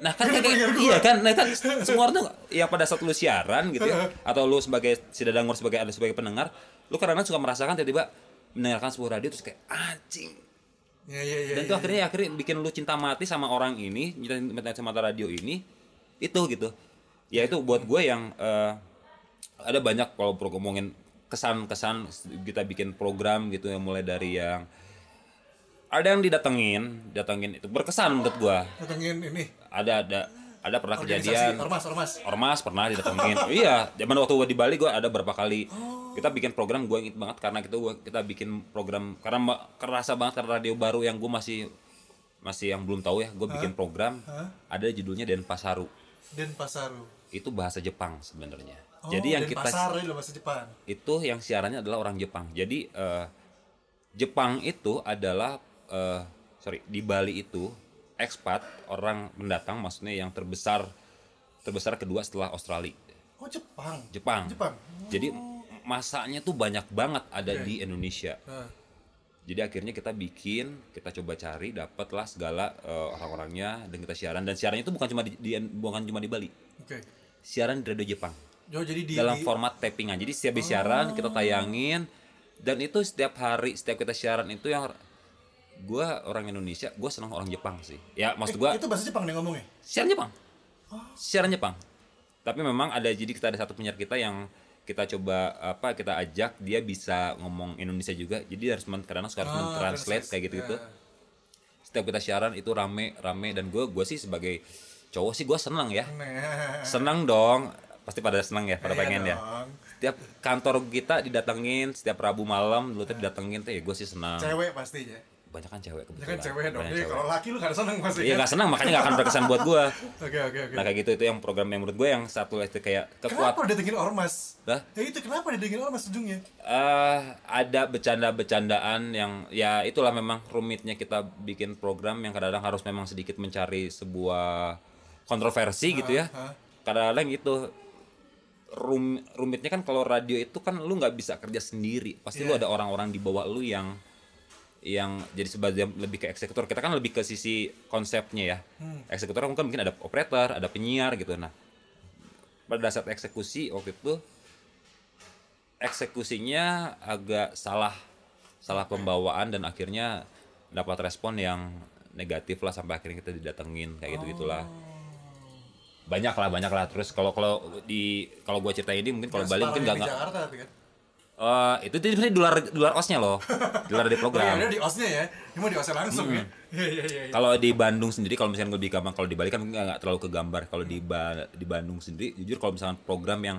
Nah kan kayak iya kan, nah kan semua orang tuh yang pada saat lu siaran gitu ya, atau lu sebagai sidadangor sebagai ada sebagai pendengar, lu kadang-kadang suka merasakan tiba-tiba mendengarkan sebuah radio terus kayak anjing.
Ya, ya, ya,
Dan itu
ya,
akhirnya
ya.
akhirnya bikin lu cinta mati sama orang ini, cinta sama radio ini, itu gitu. Ya itu buat gue yang uh, ada banyak kalau ngomongin kesan-kesan kita bikin program gitu yang mulai dari yang ada yang didatengin, datengin itu berkesan menurut gua.
Datengin ini.
Ada ada ada pernah
Organisasi,
kejadian.
ormas, ormas.
Ormas pernah didatengin. Iya, zaman waktu gua di Bali gua ada berapa kali.
Oh.
Kita bikin program, gua inget banget karena kita gua kita bikin program karena kerasa banget karena radio baru yang gua masih masih yang belum tahu ya, gua bikin program.
Hah?
Ada judulnya Denpasar.
Denpasar.
Itu bahasa Jepang sebenarnya.
Oh,
Jadi yang kita
Denpasar itu bahasa Jepang.
itu yang siarannya adalah orang Jepang. Jadi uh, Jepang itu adalah uh, sorry di Bali itu ekspat orang pendatang maksudnya yang terbesar terbesar kedua setelah Australia.
Oh Jepang.
Jepang.
Jepang.
Jadi masanya tuh banyak banget ada
Oke.
di Indonesia.
Nah,
Jadi akhirnya kita bikin, kita coba cari, dapatlah segala uh, orang-orangnya dan kita siaran dan siarannya itu bukan cuma di, di bukan cuma di Bali.
Oke.
Siaran di radio Jepang.
Oh, jadi di,
Dalam
di-
format tappingan. Jadi setiap habis siaran kita tayangin dan itu setiap hari setiap kita siaran itu yang gue orang Indonesia, gue senang orang Jepang sih. Ya maksud gue
Eh, itu bahasa Jepang nih ngomongnya.
siaran Jepang, siaran Jepang. Tapi memang ada jadi kita ada satu penyiar kita yang kita coba apa kita ajak dia bisa ngomong Indonesia juga. Jadi harus men- kadang harus
Ah,
mentranslate
translate.
kayak gitu gitu.
Ya.
Setiap kita siaran itu rame rame dan gue gue sih sebagai cowok sih gue senang ya.
Nah.
Senang dong, pasti pada senang ya, pada
Iya
pengen ya.
dong.
Setiap kantor kita didatengin setiap Rabu malam dulu tuh didatengin tuh ya gue sih senang.
Cewek pastinya.
Banyak kan cewek
Ya
kebetulan.
kan cewek dong.
Banyak
Jadi
cewek.
kalau laki lu gak seneng pasti.
Iya
kan?
nggak senang makanya nggak akan berkesan buat gue.
Oke oke oke.
Nah kayak gitu itu yang program yang menurut gue yang satu itu kayak
Kenapa
kekuat.
didatengin ormas?
Hah?
Ya itu kenapa didatengin ormas ujungnya?
Eh ada bercanda-bercandaan yang ya itulah memang rumitnya kita bikin program yang kadang-kadang harus memang sedikit mencari sebuah kontroversi gitu ya.
hah.
Kadang-kadang itu rum, rumitnya kan kalau radio itu kan lu nggak bisa kerja sendiri. Pasti lu
Iya.
ada orang-orang di bawah lu yang yang jadi sebagai lebih ke eksekutor. Kita kan lebih ke sisi konsepnya ya. Eksekutor mungkin mungkin ada operator, ada penyiar gitu. Nah, pada saat eksekusi waktu itu eksekusinya agak salah salah pembawaan dan akhirnya dapat respon yang negatif lah sampai akhirnya kita didatengin kayak gitu gitulah. Banyak lah banyak lah terus kalau kalau di kalau gua cerita ini mungkin kalau Bali mungkin nggak
di
nggak
Jakarta tapi kan.
Eh, itu itu sebenarnya di luar di luar osnya loh, di luar dari
Oh, ya
program.
ada di osnya ya. Ini mau di osnya langsung ya. Iya iya iya. iya.
Kalau di Bandung sendiri kalau misalnya lebih gampang, kalau di Bali kan mungkin nggak nggak terlalu kegambar. Kalau di ba- di Bandung sendiri, jujur kalau misalnya program yang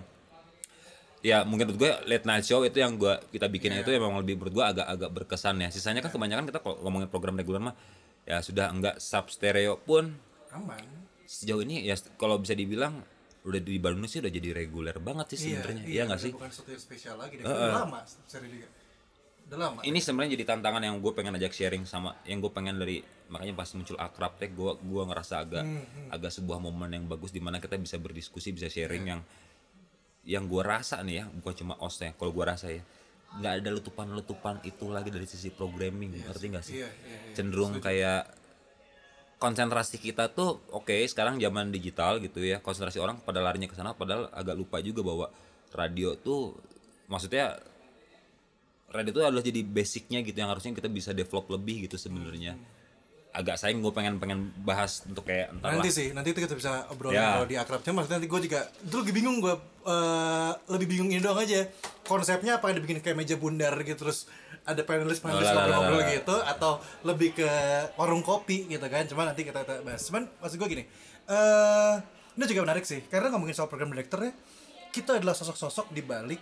ya mungkin menurut gue late night show itu yang gua kita bikin itu memang lebih menurut gue agak-agak berkesan ya. Sisanya kan kebanyakan kita kalau ngomongin program reguler mah ya sudah enggak sub stereo pun
Aman.
sejauh ini ya kalau bisa dibilang udah di Bandung sih udah jadi reguler banget sih sebenarnya. Iya nggak
udah
sih?
Bukan sesuatu yang spesial lagi deh. Udah lama seri liga. Udah lama.
Ini sebenarnya jadi tantangan yang gue pengen ajak sharing sama yang gue pengen dari makanya pas muncul akrab teh gue gue ngerasa agak agak sebuah momen yang bagus di mana kita bisa berdiskusi bisa sharing yang yang gue rasa nih ya bukan cuma osnya kalau gue rasa ya nggak ada letupan-letupan itu lagi dari sisi programming ngerti nggak sih
Iya, iya, iya.
cenderung kayak konsentrasi kita tuh oke sekarang zaman digital gitu ya konsentrasi orang pada larinya ke sana padahal agak lupa juga bahwa radio tuh maksudnya radio itu adalah jadi basicnya gitu yang harusnya kita bisa develop lebih gitu sebenarnya. Agak sayang gue pengen pengen bahas untuk kayak entar
Nanti
lah.
sih, nanti itu kita bisa obrolin
Ya.
kalau di akrabnya. Maksudnya nanti gue juga itu lagi bingung gue eh, lebih bingung ini doang aja. Konsepnya apa dibikin kayak meja bundar gitu terus ada panelis panelis
Oh, lah, lah,
ngobrol-ngobrol
lah, lah.
gitu atau lebih ke warung kopi gitu kan. Cuma nanti kita, kita bahas. Cuman maksud gue gini. Eh ini juga menarik sih karena ngomongin soal program direkturnya kita adalah sosok-sosok di balik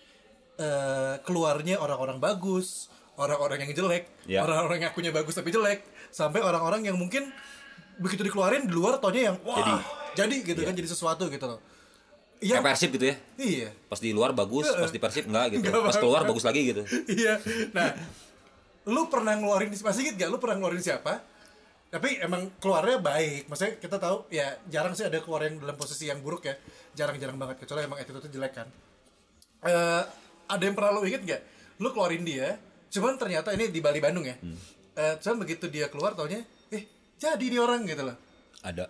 eh, keluarnya orang-orang bagus, orang-orang yang jelek,
Ya.
orang-orang yang akunya bagus tapi jelek, sampai orang-orang yang mungkin begitu dikeluarin di luar taunya yang wah
Jadi.
jadi, gitu kan jadi sesuatu gitu loh. Iya.
Kayak Persib gitu ya.
Iya.
Pas di luar bagus, pas di Persib enggak gitu.
Enggak
Pas keluar bagus lagi gitu.
Iya. Nah, lu pernah ngeluarin masih inget gak lu pernah ngeluarin siapa? Tapi emang keluarnya baik. Maksudnya kita tahu ya jarang sih ada keluar yang dalam posisi yang buruk ya. Jarang-jarang banget kecuali emang attitude-nya jelek kan. Eh ada yang pernah lu inget gak? Lu keluarin dia, cuman ternyata ini di Bali Bandung ya. Eh cuman begitu dia keluar taunya, eh jadi ini orang gitu loh.
Ada.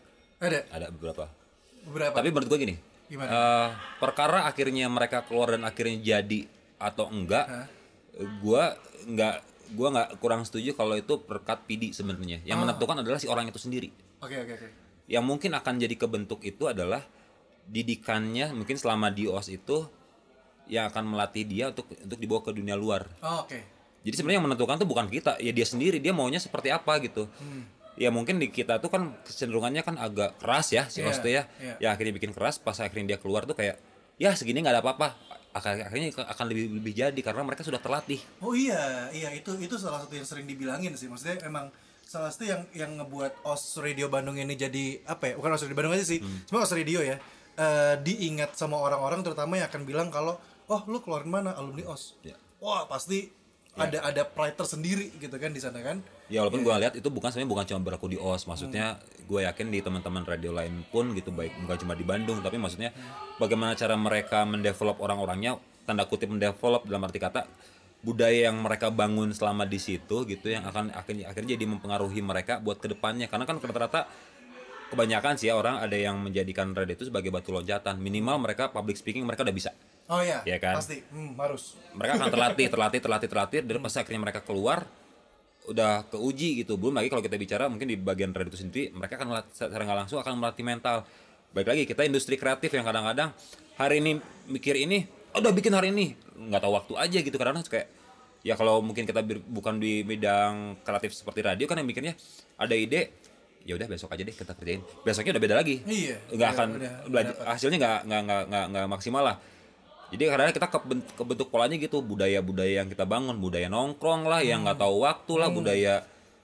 Ada.
Ada beberapa.
Beberapa.
Tapi menurut gue gini.
Gimana?
Uh, perkara akhirnya mereka keluar dan akhirnya jadi atau enggak, huh? gue nggak gue nggak kurang setuju kalau itu berkat P D sebenarnya. Yang oh. menentukan adalah si orang itu sendiri.
Oke okay, oke okay, oke. Okay.
Yang mungkin akan jadi kebentuk itu adalah didikannya mungkin selama di O S itu yang akan melatih dia untuk untuk dibawa ke dunia luar.
Oh, oke. Okay.
Jadi sebenarnya yang menentukan tuh bukan kita, ya dia sendiri, dia maunya seperti apa gitu. Hmm. Ya mungkin di kita tuh kan kecenderungannya kan agak keras ya si yeah, O S tuh ya. Yeah. Ya akhirnya bikin keras, pas akhirnya dia keluar tuh kayak ya segini nggak ada apa-apa. Akhirnya akan lebih lebih jadi karena mereka sudah terlatih.
Oh iya, iya itu itu salah satu yang sering dibilangin sih. Maksudnya emang salah satu yang yang ngebuat O S Radio Bandung ini jadi apa ya? Bukan O S Radio Bandung aja sih, hmm. cuma O S Radio ya. Uh, diingat sama orang-orang terutama yang akan bilang kalau oh lu keluarin mana alumni O S. Yeah. Wah pasti yeah. ada ada pride tersendiri gitu kan di sana kan.
Ya walaupun yeah. gue lihat itu bukan sebenarnya bukan cuma berlaku di O S, maksudnya hmm. gue yakin di teman-teman radio lain pun gitu, baik bukan cuma di Bandung, tapi maksudnya hmm. bagaimana cara mereka mendevelop orang-orangnya, tanda kutip mendevelop dalam arti kata budaya yang mereka bangun selama di situ gitu yang akan akhirnya akhirnya jadi mempengaruhi mereka buat kedepannya, karena kan rata-rata kebanyakan sih ya orang ada yang menjadikan radio itu sebagai batu loncatan, minimal mereka public speaking mereka udah bisa.
Oh iya,
ya kan?
Pasti, hmm, harus.
Mereka akan terlatih, terlatih, terlatih, terlatih, dan pas akhirnya mereka keluar udah keuji gitu. Belum lagi kalau kita bicara mungkin di bagian radio itu sendiri, mereka akan melatih, secara nggak langsung akan melatih mental. Baik lagi kita industri kreatif yang kadang-kadang hari ini mikir ini, oh, udah bikin hari ini, nggak tahu waktu aja gitu. Karena kayak ya kalau mungkin kita bukan di bidang kreatif seperti radio kan yang mikirnya ada ide, ya udah besok aja deh kita kerjain, besoknya udah beda lagi.
Iya.
Nggak akan udah, belajar, udah hasilnya nggak nggak nggak nggak nggak maksimal lah. Jadi kadang-kadang kita kebentuk, kebentuk polanya gitu, budaya-budaya yang kita bangun, budaya nongkrong lah, hmm. yang nggak tahu waktu lah, hmm. budaya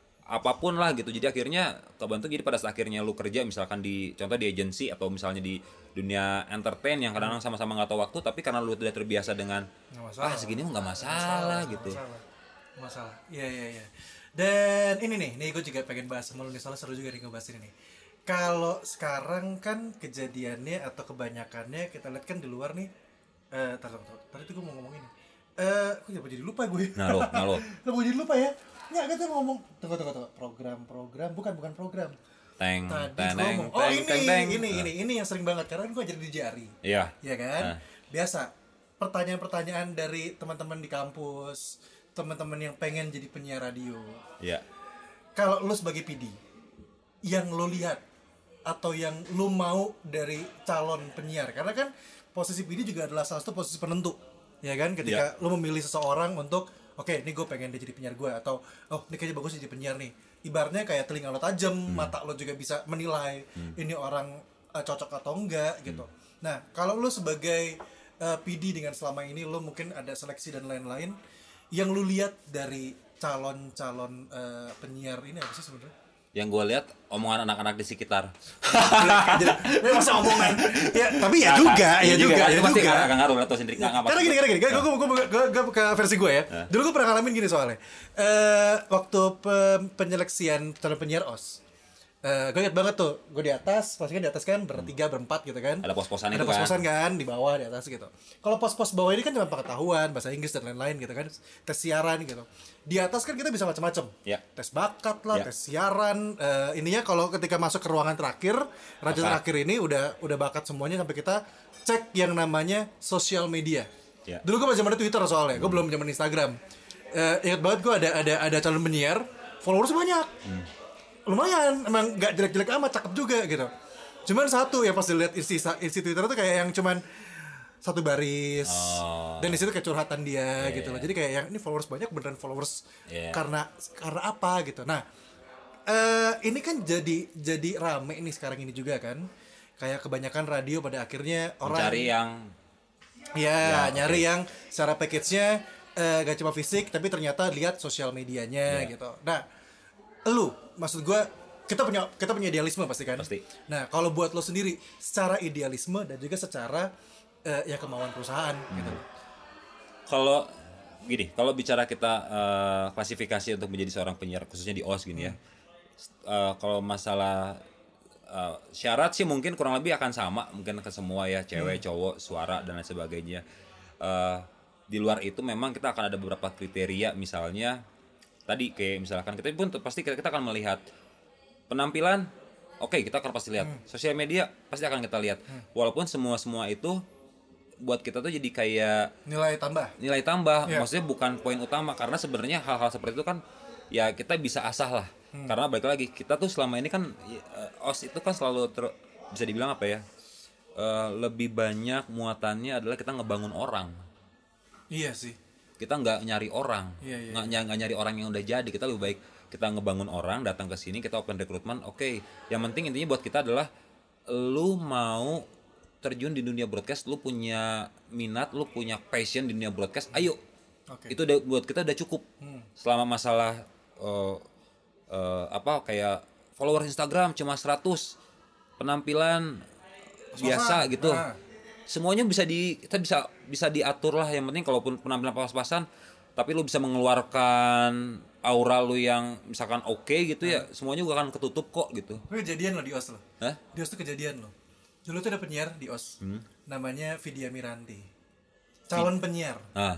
apapun lah gitu. Jadi akhirnya kebentuk, jadi pada saat akhirnya lu kerja misalkan di contoh di agensi atau misalnya di dunia entertain yang kadang-kadang sama-sama nggak tahu waktu, tapi karena lu udah terbiasa dengan ah segini mah nggak masalah, masalah gitu.
Masalah, masalah. Iya iya iya. Dan ini nih, nih gue juga pengen bahas sama lu nih, soalnya seru juga nih ngebahas ini nih. Kalau sekarang kan kejadiannya atau kebanyakannya kita lihat kan di luar nih. Eh, tar, tar, tar. Tadi tuh gue mau ngomong ini. Eh, kok jadi lupa gue?
Nah lo, nah lo.
Lo mau jadi lupa ya? Nggak, kita mau ngomong. Tunggu, tunggu, tunggu. Program-program, bukan, bukan program.
Teng,
Tadi
teneng,
oh
teng,
ini,
teng, teng.
ini, ini, ini yang sering banget. Karena gue jadi di Jari.
Iya.
Iya kan?
Nah.
Biasa. Pertanyaan-pertanyaan dari teman-teman di kampus, teman-teman yang pengen jadi penyiar radio.
Iya.
Kalau lo sebagai P D, yang lo lihat atau yang lo mau dari calon penyiar, karena kan posisi P D juga adalah salah satu posisi penentu, ya kan? Ketika yeah. lo memilih seseorang untuk, oke, okay, ini gue pengen dia jadi penyiar gue, atau oh, ini kayaknya bagus jadi penyiar nih. Ibaratnya kayak telinga lo tajam, hmm. mata lo juga bisa menilai hmm. ini orang uh, cocok atau enggak gitu. Hmm. Nah, kalau lo sebagai uh, P D dengan selama ini lo mungkin ada seleksi dan lain-lain, yang lo lihat dari calon-calon uh, penyiar ini apa sih sebenarnya?
Yang gue lihat omongan anak-anak di sekitar.
Masa omongan? Ya, tapi ya juga, ya juga, ya
pasti
juga.
Gak ngaruh atau sendiri nggak ngapa.
Karena gini, karena gini, gue gue gue ke versi gue ya. Dulu gue pernah ngalamin gini soalnya. Waktu penyeleksian calon penyiar O S. Uh, gue inget banget tuh, gue di atas, pasti kan di atas kan bertiga, berempat gitu kan.
Ada pos-posan itu
kan. Ada pos-posan kan, di bawah, di atas gitu. Kalau pos-pos bawah ini kan cuma pengetahuan, bahasa Inggris dan lain-lain gitu kan. Tes siaran gitu. Di atas kan kita bisa macam-macam.
Yeah.
Tes bakat lah, yeah. tes siaran. Uh, ininya kalau ketika masuk ke ruangan terakhir, raja terakhir ini udah udah bakat semuanya sampai kita cek yang namanya sosial media. Yeah. Dulu gue masih zaman Twitter soalnya, gue belum zaman Instagram. Uh, ingat banget gue ada ada ada calon penyiar, followers banyak. Hmm. Lumayan, emang gak jelek-jelek amat, cakep juga gitu. Cuman satu ya pas dilihat isi, isi Twitter tuh kayak yang cuman satu baris oh. dan di situ kayak curhatan dia yeah, gitu loh. Jadi kayak yang ini followers banyak beneran followers yeah. karena karena apa gitu. Nah uh, ini kan jadi jadi rame nih sekarang ini juga kan. Kayak kebanyakan radio pada akhirnya orang
cari yang
ya, ya nyari okay. yang secara package-nya uh, gak cuma fisik tapi ternyata lihat sosial medianya yeah. gitu. Nah lu, maksud gue kita punya kita punya idealisme pasti kan.
Pasti.
Nah kalau buat lo sendiri, secara idealisme dan juga secara uh, ya kemauan perusahaan hmm. gitu.
Kalau gini, kalau bicara kita uh, klasifikasi untuk menjadi seorang penyiar khususnya di O S gini hmm. ya, uh, kalau masalah uh, syarat sih mungkin kurang lebih akan sama mungkin ke semua ya, cewek, hmm. cowok, suara dan lain sebagainya. Uh, di luar itu memang kita akan ada beberapa kriteria, misalnya tadi kayak misalkan kita pun pasti kita, kita akan melihat penampilan oke okay, kita akan pasti lihat. Hmm. Sosial media pasti akan kita lihat. Hmm. Walaupun semua-semua itu buat kita tuh jadi kayak
nilai tambah.
Nilai tambah, yeah. Maksudnya bukan poin utama karena sebenarnya hal-hal seperti itu kan ya kita bisa asah lah. Hmm. Karena balik lagi kita tuh selama ini kan uh, O S itu kan selalu ter, bisa dibilang apa ya? Uh, lebih banyak muatannya adalah kita ngebangun orang.
Iya sih.
Kita nggak nyari orang,
iya, iya,
nggak
iya.
nggak nyari orang yang udah jadi. Kita lebih baik kita ngebangun orang, datang ke sini, kita open recruitment. Oke, okay. Yang penting intinya buat kita adalah lu mau terjun di dunia broadcast, lu punya minat, lu punya passion di dunia broadcast, ayo. Okay. Itu udah, buat kita udah cukup. Hmm. Selama masalah uh, uh, apa kayak followers Instagram cuma seratus, penampilan Pas biasa gitu. Nah. Semuanya bisa di kita bisa bisa diatur lah, yang penting kalaupun penampilan pas-pasan tapi lu bisa mengeluarkan aura lu yang misalkan oke okay gitu, hmm. ya semuanya juga akan ketutup kok gitu.
Itu kejadian lo di O S lo. Hah? Di O S tuh kejadian lo. Dulu tuh ada penyiar di O S. Hmm. Namanya Vidya Miranti. Calon Vid- penyiar. Ah.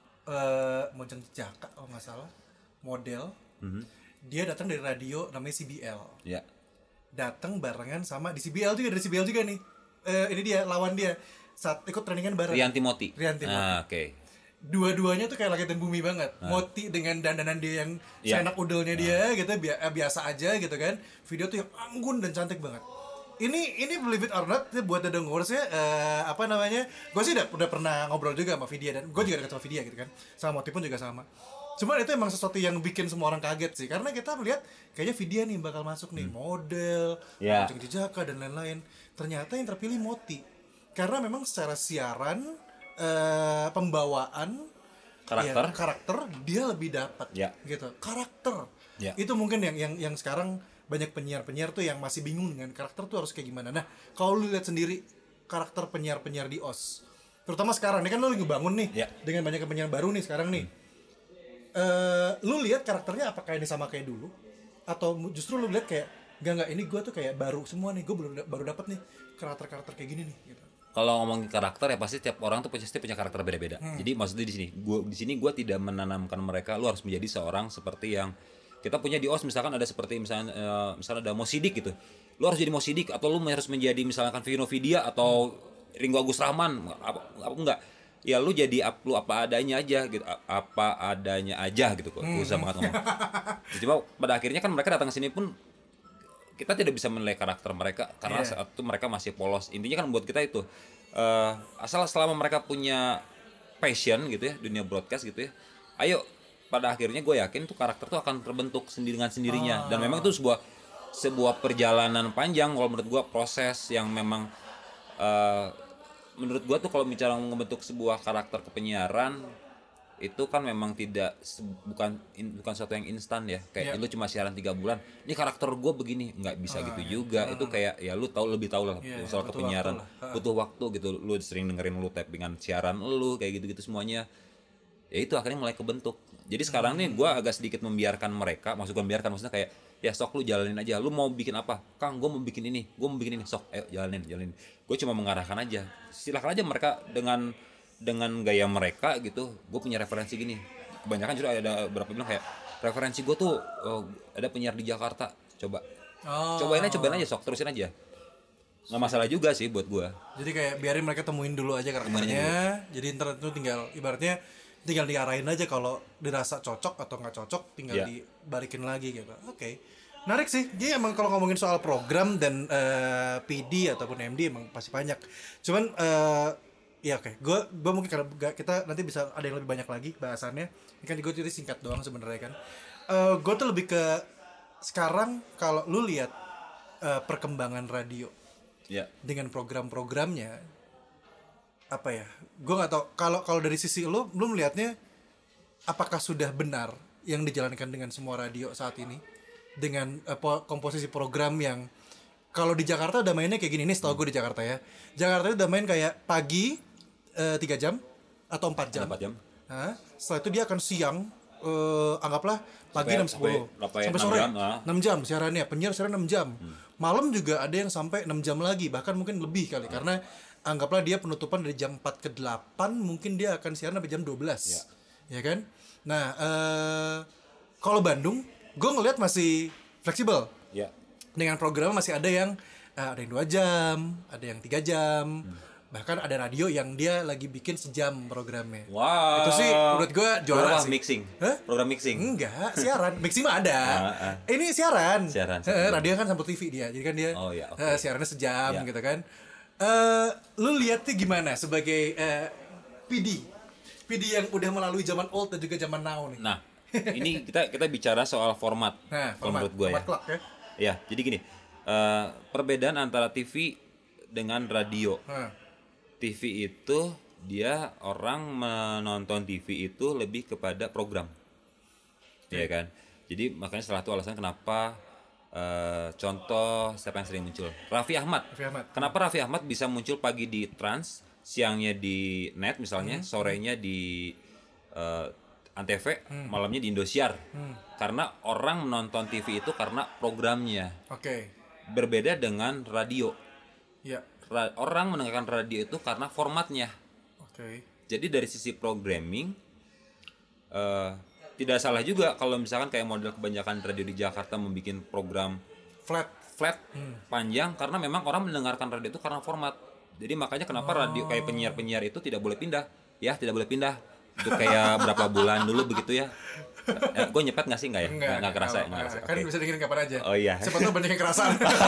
Uh, Mojang Jaka kalau nggak salah. Model. Hmm. Dia datang dari radio namanya C B L.
Ya.
Datang barengan sama di C B L juga, dari C B L juga nih. Uh, ini dia lawan dia saat ikut trainingan bareng.
Rianti Moti.
Rianti Moti.
Ah, oke. Okay.
Dua-duanya tuh kayak langit dan bumi banget. Ah. Moti dengan dandanan dia yang yeah. seenak udelnya ah. dia gitu, bi- biasa aja gitu kan. Video tuh yang anggun dan cantik banget. Ini ini believe it or not buat The Dongers ya, uh, apa namanya? Gue sih udah, udah pernah ngobrol juga sama Vidya, dan gue juga dekat sama Vidya gitu kan. Sama Moti pun juga sama. Cuma itu emang sesuatu yang bikin semua orang kaget sih, karena kita melihat kayaknya Vidya nih bakal masuk nih, hmm. model, yeah. Mojang Jaka dan lain-lain. Ternyata yang terpilih Moti. Karena memang secara siaran, uh, pembawaan,
karakter,
ya, karakter dia lebih dapat,
yeah.
gitu. Karakter,
yeah.
itu mungkin yang yang yang sekarang banyak penyiar-penyiar tuh yang masih bingung dengan karakter tuh harus kayak gimana. Nah, kalau lu lihat sendiri karakter penyiar-penyiar di O S, terutama sekarang, ini kan lu lagi bangun nih, yeah. dengan banyak penyiar baru nih sekarang nih. Hmm. Uh, lu lihat karakternya apakah ini sama kayak dulu, atau justru lu lihat kayak enggak enggak ini gue tuh kayak baru semua nih, gue baru baru dapat nih karakter-karakter kayak gini nih gitu.
Kalau ngomongin karakter ya pasti tiap orang tuh pasti punya karakter beda-beda. Hmm. Jadi maksudnya di sini, gue di sini gue tidak menanamkan mereka lu harus menjadi seorang seperti yang kita punya di O S, misalkan ada seperti misalnya uh, misalnya ada Mo Sidik gitu. Lu harus jadi Mo Sidik, atau lu harus menjadi misalkan Vino Vidya atau hmm. Ringo Agus Rahman, apa apa enggak. Ya lu jadi up, lu apa adanya aja gitu, apa adanya aja gitu kok. Hmm. Susah banget ngomong. Cuma pada akhirnya kan mereka datang ke sini pun kita tidak bisa menilai karakter mereka karena yeah. saat itu mereka masih polos. Intinya kan buat kita itu uh, asal selama mereka punya passion gitu ya, dunia broadcast gitu ya, ayo pada akhirnya gue yakin tuh karakter tuh akan terbentuk sendiri dengan sendirinya. Oh. Dan memang itu sebuah sebuah perjalanan panjang kalau menurut gue, proses yang memang uh, menurut gue tuh kalau bicara membentuk sebuah karakter kepenyiaran itu kan memang tidak bukan in, bukan sesuatu yang instan ya, kayak yeah. lu cuma siaran tiga bulan ini karakter gue begini, nggak bisa ah, gitu yeah. juga. ah. Itu kayak ya lu tahu lebih tahu lah yeah, soal kepenyiaran, waktu butuh waktu gitu. Lu sering dengerin lu tappingan siaran lu kayak gitu-gitu semuanya, ya itu akhirnya mulai kebentuk. Jadi sekarang hmm. nih gue agak sedikit membiarkan mereka, maksud gue membiarkan maksudnya kayak ya sok lu jalanin aja, lu mau bikin apa Kang, gue mau bikin ini, gue mau bikin ini, sok ayo jalanin jalanin. Gue cuma mengarahkan aja, silakan aja mereka dengan dengan gaya mereka gitu. Gue punya referensi gini, kebanyakan juga ada beberapa bilang kayak referensi gue tuh oh, ada penyiar di Jakarta, coba oh. cobain aja cobain aja sok terusin aja, nggak masalah juga sih buat gue.
Jadi kayak biarin mereka temuin dulu aja karakternya, jadi internet tuh tinggal ibaratnya tinggal diarahin aja, kalau dirasa cocok atau nggak cocok tinggal yeah. dibalikin lagi gitu. Oke, okay. Menarik sih. Jadi emang kalau ngomongin soal program dan uh, P D ataupun M D emang pasti banyak. Cuman uh, ya oke, okay. gue gue mungkin karena kita nanti bisa ada yang lebih banyak lagi bahasannya. Ini kan gue jadi singkat doang sebenarnya kan. Uh, gue tuh lebih ke sekarang kalau lu lihat uh, perkembangan radio
yeah.
dengan program-programnya apa ya? Gue nggak tahu kalau kalau dari sisi lu belum melihatnya apakah sudah benar yang dijalankan dengan semua radio saat ini dengan uh, po- komposisi program yang kalau di Jakarta udah mainnya kayak gini nih, setahu gue di Jakarta ya. Jakarta udah main kayak pagi tiga uh, jam atau empat jam.
empat jam.
Nah, setelah itu dia akan siang uh, anggaplah pagi jam sepuluh sampai sore jam, nah. enam jam siarannya, penyiar siaran enam jam. Hmm. Malam juga ada yang sampai enam jam lagi, bahkan mungkin lebih kali, hmm. karena anggaplah dia penutupan dari jam empat ke delapan, mungkin dia akan siaran sampai jam dua belas. Ya, ya kan? Nah, uh, kalau Bandung gue ngelihat masih fleksibel.
Ya.
dengan program masih ada yang uh, ada yang dua jam, ada yang tiga jam, hmm. bahkan ada radio yang dia lagi bikin sejam programnya.
Wow.
Itu sih menurut gue juara
program
sih.
Mixing.
Hah?
Program mixing.
Enggak, siaran. Mixing mah ada.
uh, uh.
Ini siaran.
Siaran.
Uh, radio kan sambil T V dia, jadi kan dia
oh, ya, okay.
uh, siarannya sejam
ya.
gitu kan. Uh, lu lihatnya gimana sebagai uh, P D? P D yang udah melalui zaman old dan juga zaman now nih.
Nah, ini kita kita bicara soal format.
Nah, format,
menurut gue ya.
Clock, ya.
Ya, jadi gini. Uh, perbedaan antara T V dengan radio. Hmm. T V itu dia orang menonton T V itu lebih kepada program. Iya hmm. kan? Jadi makanya salah satu alasan kenapa uh, contoh siapa yang sering muncul? Raffi Ahmad.
Raffi Ahmad.
Kenapa Raffi Ahmad bisa muncul pagi di Trans, siangnya di Net misalnya, hmm. sorenya di uh, Antv, hmm. malamnya di Indosiar. Hmm. Karena orang menonton T V itu karena programnya.
Oke. Okay.
Berbeda dengan radio.
Ya.
Ra- orang mendengarkan radio itu karena formatnya.
Oke. Okay.
Jadi dari sisi programming uh, tidak salah juga kalau misalkan kayak model kebanyakan radio di Jakarta membuat program
flat
flat hmm. panjang karena memang orang mendengarkan radio itu karena format. Jadi makanya kenapa oh. radio kayak penyiar-penyiar itu tidak boleh pindah. Ya, tidak boleh pindah. Itu kayak berapa bulan dulu begitu ya. Eh, gue nyepet nggak sih nggak ya?
Enggak,
nggak kerasa,
enggak,
kerasa.
Kan
okay.
bisa dengerin kapan aja.
Oh iya.
Siapa tahu banyak yang kerasa.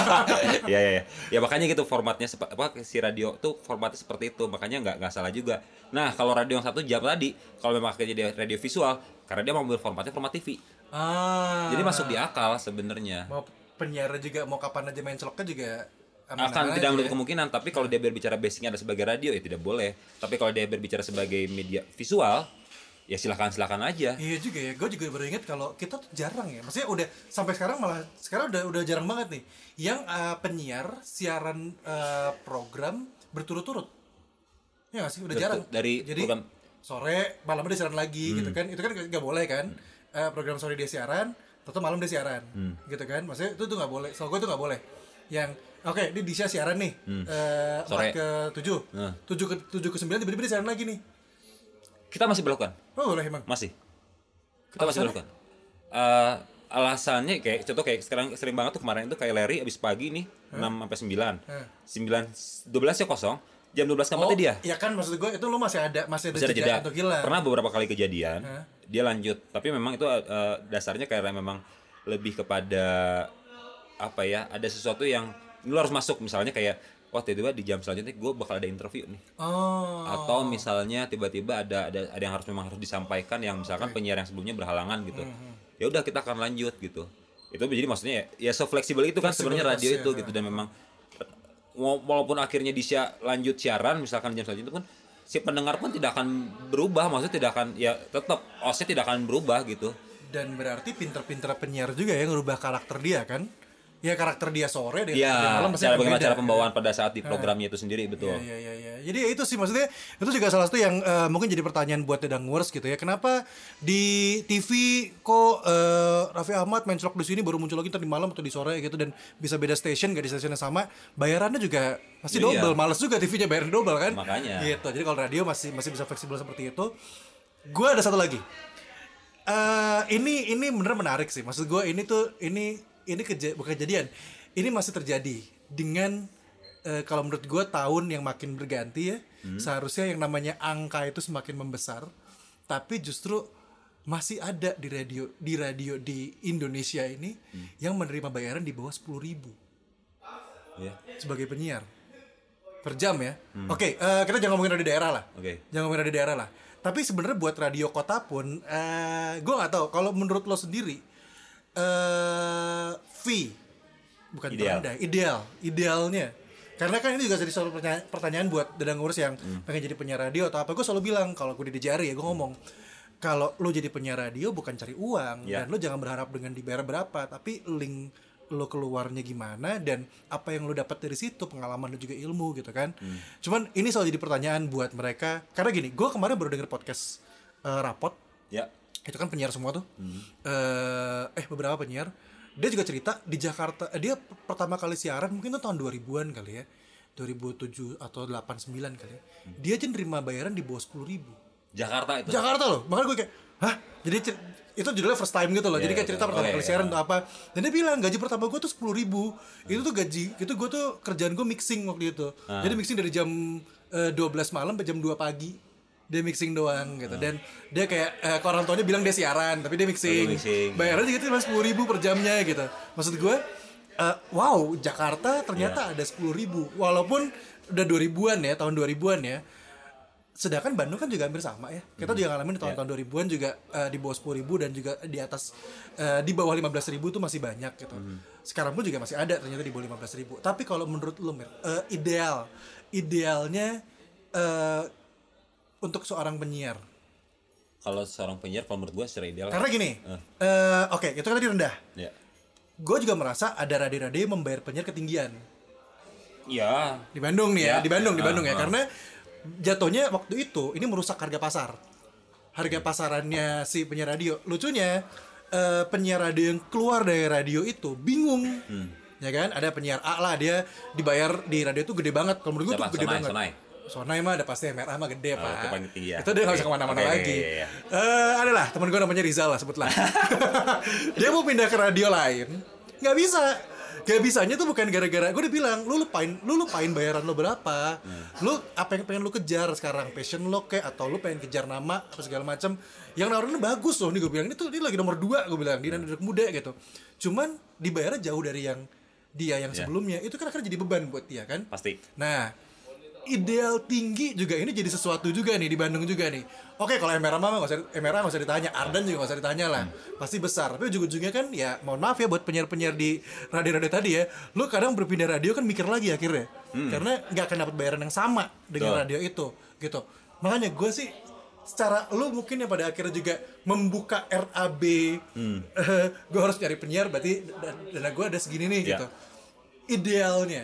Iya iya iya. Ya makanya gitu formatnya apa si radio tuh formatnya seperti itu. Makanya nggak nggak salah juga. Nah kalau radio yang satu jam tadi, kalau memang jadi radio visual, karena dia mau ambil formatnya format T V.
Ah.
Jadi masuk di akal sebenarnya.
Mau penyiar juga mau kapan aja main celoknya juga
akan tidak menutup kemungkinan. Tapi kalau dia berbicara basicnya ada sebagai radio ya tidak boleh. Tapi kalau dia berbicara sebagai media visual ya silakan silakan aja.
Iya juga ya, gue juga baru ingat kalau kita tuh jarang ya, maksudnya udah sampai sekarang malah sekarang udah udah jarang banget nih yang uh, penyiar siaran uh, program berturut-turut. Ya nggak sih, udah Betul, jarang.
Dari
jadi
program
sore malam dia siaran lagi hmm. gitu kan, itu kan nggak boleh kan, hmm. uh, program sore dia siaran, atau malam dia siaran, hmm. gitu kan, maksudnya itu tuh nggak boleh, soal gue tuh nggak boleh. Yang oke, okay, di Disha siaran nih, hmm. uh, empat ke tujuh, tujuh ke tujuh ke sembilan tiba-tiba dia siaran lagi nih.
Kita masih berlakukan.
Oh, boleh emang.
Masih. Kita masih berlakukan. Uh, alasannya kayak contoh kayak sekarang sering banget tuh kemarin itu kayak Larry abis pagi nih huh? enam sampai sembilan. Huh? sembilan dua belas ya kosong. Jam dua belas kampanye oh, dia.
Iya kan maksud gue itu lu masih ada masih ada,
masih ada jeda
atau gila.
Pernah beberapa kali kejadian. Huh? Dia lanjut, tapi memang itu uh, dasarnya karena memang lebih kepada apa ya? Ada sesuatu yang lu harus masuk misalnya kayak wah tiba-tiba di jam selanjutnya gue bakal ada interview nih.
Oh.
Atau misalnya tiba-tiba ada ada ada yang harus memang harus disampaikan yang misalkan okay. penyiar yang sebelumnya berhalangan gitu. Mm-hmm. Ya udah kita akan lanjut gitu. Itu jadi maksudnya ya, ya so fleksibel itu kan sebenarnya radio itu ya, gitu dan memang walaupun akhirnya di lanjut siaran misalkan jam selanjutnya itu pun si pendengar pun tidak akan berubah, maksudnya tidak akan ya tetap osnya tidak akan berubah gitu.
Dan berarti pinter-pinter penyiar juga ya ngerubah karakter dia kan? Ya karakter dia sore dia
ya,
malam
cara bagaimana cara pembawaan pada saat di programnya itu sendiri betul.
Iya iya iya. Jadi itu sih maksudnya itu juga salah satu yang uh, mungkin jadi pertanyaan buat Dedangers gitu ya. Kenapa di T V kok uh, Raffi Ahmad main celok di sini baru muncul lagi ntar di malam atau di sore gitu dan bisa beda station gak di stasiun yang sama, bayarannya juga pasti
ya,
double.
Iya.
Males juga T V-nya bayar double kan?
Makanya.
Gitu. Jadi kalau radio masih masih bisa fleksibel seperti itu. Gue ada satu lagi. Uh, ini ini bener menarik sih. Maksud gue ini tuh ini ini keja- bukan kejadian. Ini masih terjadi dengan uh, kalau menurut gue tahun yang makin berganti ya, hmm. seharusnya yang namanya angka itu semakin membesar, tapi justru masih ada di radio di radio di Indonesia ini hmm. yang menerima bayaran di bawah sepuluh ribu yeah. sebagai penyiar per jam ya. Hmm. Oke, okay, uh, kita jangan ngomongin radio daerah lah.
Okay.
Jangan ngomongin radio daerah lah. Tapi sebenarnya buat radio kota pun, uh, gue nggak tahu. Kalau menurut lo sendiri, uh, fee bukan
ideal.
terendah, ideal, idealnya. Karena kan ini juga jadi soal pertanyaan buat Dedangers yang hmm. pengen jadi penyiar radio atau apa. Gue selalu bilang kalau gue di Jari ya gue ngomong kalau lo jadi penyiar radio bukan cari uang yeah. dan lo jangan berharap dengan dibayar berapa, tapi link lo keluarnya gimana dan apa yang lo dapat dari situ, pengalaman lo juga ilmu gitu kan. Hmm. Cuman ini selalu jadi pertanyaan buat mereka karena gini, gue kemarin baru denger podcast uh, Rapot.
Ya. Yeah.
Itu kan penyiar semua tuh.
Hmm.
Uh, eh beberapa penyiar. Dia juga cerita di Jakarta, dia pertama kali siaran mungkin tuh tahun dua ribuan kali ya, dua ribu tujuh atau delapan sembilan kali ya. Dia aja nerima bayaran di bawah sepuluh ribu
Jakarta itu.
Jakarta loh. Makanya gue kayak, hah? Jadi cer- itu judulnya first time gitu loh.
Yeah,
jadi kayak cerita
yeah,
pertama
okay,
kali siaran
yeah.
tuh apa. Dan dia bilang gaji pertama gue tuh sepuluh ribu. Itu tuh gaji, itu gue tuh kerjaan gue mixing waktu itu.
Ah.
Jadi mixing dari jam uh, dua belas malam sampai jam dua pagi. Dia mixing doang gitu. Dan dia kayak uh, ke orang tuanya bilang dia siaran, tapi dia mixing.
Oh, mixing.
Bayarnya juga cuma sepuluh ribu per jamnya gitu. Maksud gue, uh, wow, Jakarta ternyata ada sepuluh ribu. Walaupun udah dua ribuan ya, tahun dua ribuan ya. Sedangkan Bandung kan juga hampir sama ya. Kita juga ngalamin di tahun-tahun dua ribuan juga uh, di bawah sepuluh ribu dan juga di atas uh, di bawah lima belas ribu tuh masih banyak gitu. Mm. Sekarang pun juga masih ada ternyata di bawah lima belas ribu. Tapi kalau menurut lu Mir, uh, ideal idealnya uh, untuk seorang penyiar.
Kalau seorang penyiar kalau menurut gue secara ideal.
Karena gini, uh. uh, oke okay, itu kan tadi rendah.
Yeah.
Gue juga merasa ada radio-radio yang membayar penyiar ketinggian.
Iya.
Di Bandung nih ya,
Ya.
di Bandung, di Bandung
uh,
ya.
uh.
Karena jatuhnya waktu itu ini merusak harga pasar. Harga pasarannya si penyiar radio. Lucunya uh, penyiar radio yang keluar dari radio itu bingung. Hmm. Ya kan? Ada penyiar A lah, dia dibayar di radio itu gede banget. Kalau menurut gue tuh gede
Sonai,
banget.
Sonai.
Sonai mah ada pasti M R A mah gede,
oh,
Pak.
Itu paling tinggi ya.
Itu dia nggak bisa kemana-mana
okay,
lagi.
iya, iya.
Uh, adalah teman gue namanya Rizal lah, sebutlah. Dia mau pindah ke radio lain, nggak bisa. Gak bisanya tuh bukan gara-gara gue udah bilang lu lupain lu lupain bayaran lo berapa. Hmm. Lu apa yang pengen lu kejar sekarang, passion lo kayak atau lu pengen kejar nama apa segala macam. Yang nawarin bagus loh nih gue bilang. Ini tuh dia lagi nomor dua gue bilang di anak muda gitu. Cuman dibayarnya jauh dari yang dia yang yeah. sebelumnya. Itu kan akan jadi beban buat dia kan?
Pasti.
Nah, ideal tinggi juga ini jadi sesuatu juga nih di Bandung juga nih. Oke, kalau M R A mah nggak usah M R A nggak usah ditanya, Ardan juga nggak usah ditanya lah, hmm. pasti besar. Tapi ujung-ujungnya kan ya mohon maaf ya buat penyiar-penyiar di radio-radio tadi ya, lu kadang berpindah radio kan mikir lagi akhirnya, hmm. karena nggak akan dapat bayaran yang sama dengan Tuh. radio itu, gitu. Makanya gue sih secara lu mungkin yang pada akhirnya juga membuka R A B, hmm. uh, gue harus nyari penyiar berarti dana gue ada segini nih, ya. gitu. Idealnya.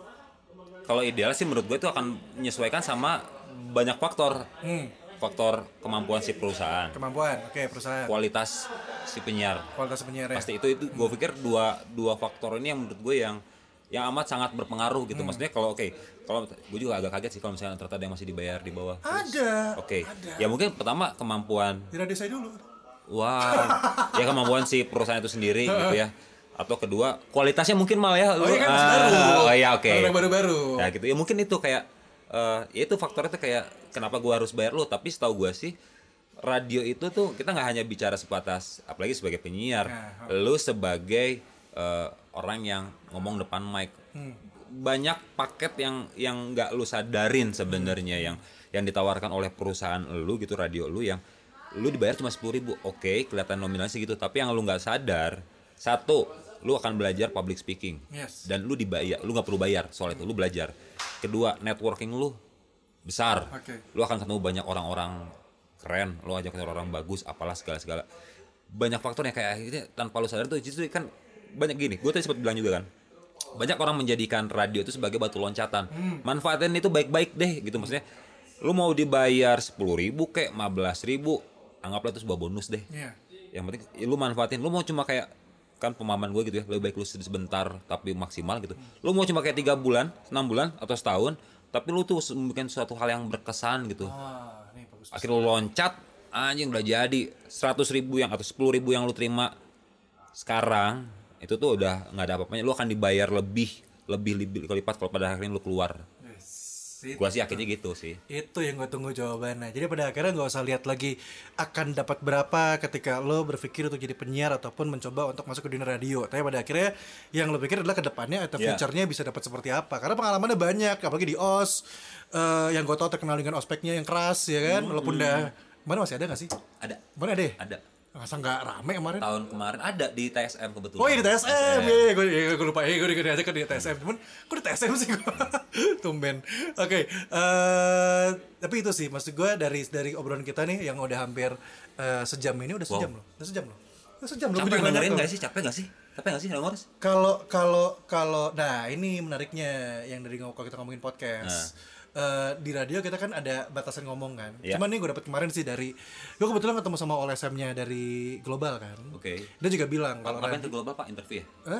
Kalau ideal sih menurut gue itu akan menyesuaikan sama banyak faktor. Hmm. Faktor kemampuan si perusahaan.
Kemampuan, oke okay, perusahaan.
Kualitas si penyiar.
Kualitas penyiar ya.
Pasti itu itu gue pikir dua dua faktor ini yang menurut gue yang yang amat sangat berpengaruh gitu. Hmm. Maksudnya kalau oke, okay, kalau gue juga agak kaget sih kalau misalnya ternyata ada yang masih dibayar di bawah.
Ada.
Oke. Okay.
Ada.
Ya mungkin pertama kemampuan.
Di radio saya dulu.
Wow. Ya kemampuan si perusahaan itu sendiri gitu ya. Atau kedua kualitasnya mungkin malah ya.
Oh iya kan masih baru.
Oh iya oke. Okay.
Baru-baru.
Nah gitu ya mungkin itu kayak uh, ya itu faktornya tuh kayak kenapa gue harus bayar lo, tapi setahu gue sih radio itu tuh kita nggak hanya bicara sebatas apalagi sebagai penyiar, nah, lo sebagai uh, orang yang ngomong depan mic, hmm. banyak paket yang yang nggak lo sadarin sebenarnya hmm. yang yang ditawarkan oleh perusahaan lo gitu, radio lo yang lo dibayar cuma sepuluh ribu, oke okay, kelihatan nominalnya segitu, tapi yang lo nggak sadar satu, lu akan belajar public speaking, yes. dan lu dibayar, lu nggak perlu bayar soal itu, lu belajar. Kedua, networking lu besar, okay. lu akan ketemu banyak orang-orang keren, lu ajak ketemu orang bagus, apalah segala-segala. Banyak faktornya kayak akhirnya tanpa lu sadar tuh, justru kan banyak gini. Gue tadi sempat bilang juga kan, banyak orang menjadikan radio itu sebagai batu loncatan. Hmm. Manfaatin itu baik-baik deh, gitu maksudnya. Lu mau dibayar sepuluh ribu kayak lima belas ribu, anggaplah itu sebuah bonus deh. Yeah. Yang penting ya, lu manfaatin. Lu mau cuma kayak kan pemahaman gue gitu ya, lebih baik lu sebentar tapi maksimal gitu. Lu mau cuma kayak tiga bulan, enam bulan atau setahun, tapi lu tuh bikin suatu hal yang berkesan gitu. Ah, nih, bagus, akhirnya lu loncat, anjing udah jadi seratus ribu yang atau sepuluh ribu yang lu terima sekarang itu tuh udah nggak ada apa-apanya. Lu akan dibayar lebih lebih lebih lipat kalau pada akhirnya lu keluar. Yes, gua sih akhirnya gitu sih.
Itu yang gue tunggu jawabannya. Jadi pada akhirnya nggak usah lihat lagi akan dapat berapa ketika lo berpikir untuk jadi penyiar ataupun mencoba untuk masuk ke dunia radio. Tapi pada akhirnya yang lo pikir adalah kedepannya atau yeah. future-nya bisa dapat seperti apa. Karena pengalamannya banyak, apalagi di O S. Uh, yang gue tau terkenal dengan ospeknya yang keras ya kan. Mm-hmm. Walaupun udah mana masih ada nggak sih?
Ada.
Mana ada?
Ada.
Masa nggak rame kemarin?
Tahun kemarin ada di T S M kebetulan.
Oh iya di T S M, iya gue ya, gue lupa, ya gue diajak ke di T S M, cuman kok di T S M sih gue, tumben. Oke, okay, uh, tapi itu sih maksud gue dari dari obrolan kita nih yang udah hampir uh, sejam ini udah sejam wow. loh, udah sejam loh, udah sejam loh.
Capek dengerin nggak sih? Capek nggak sih? Capek nggak sih Morris?
Kalau kalau kalau, nah ini menariknya yang dari kalau kita ngomongin podcast. Nah. Uh, di radio kita kan ada batasan ngomong kan. Yeah. Cuman nih gue dapet kemarin sih dari gue kebetulan ketemu sama O L S M-nya dari Global kan.
Oke. Okay.
Dia juga bilang kalau
ngapain tuh Global Pak interview ya?
Hah?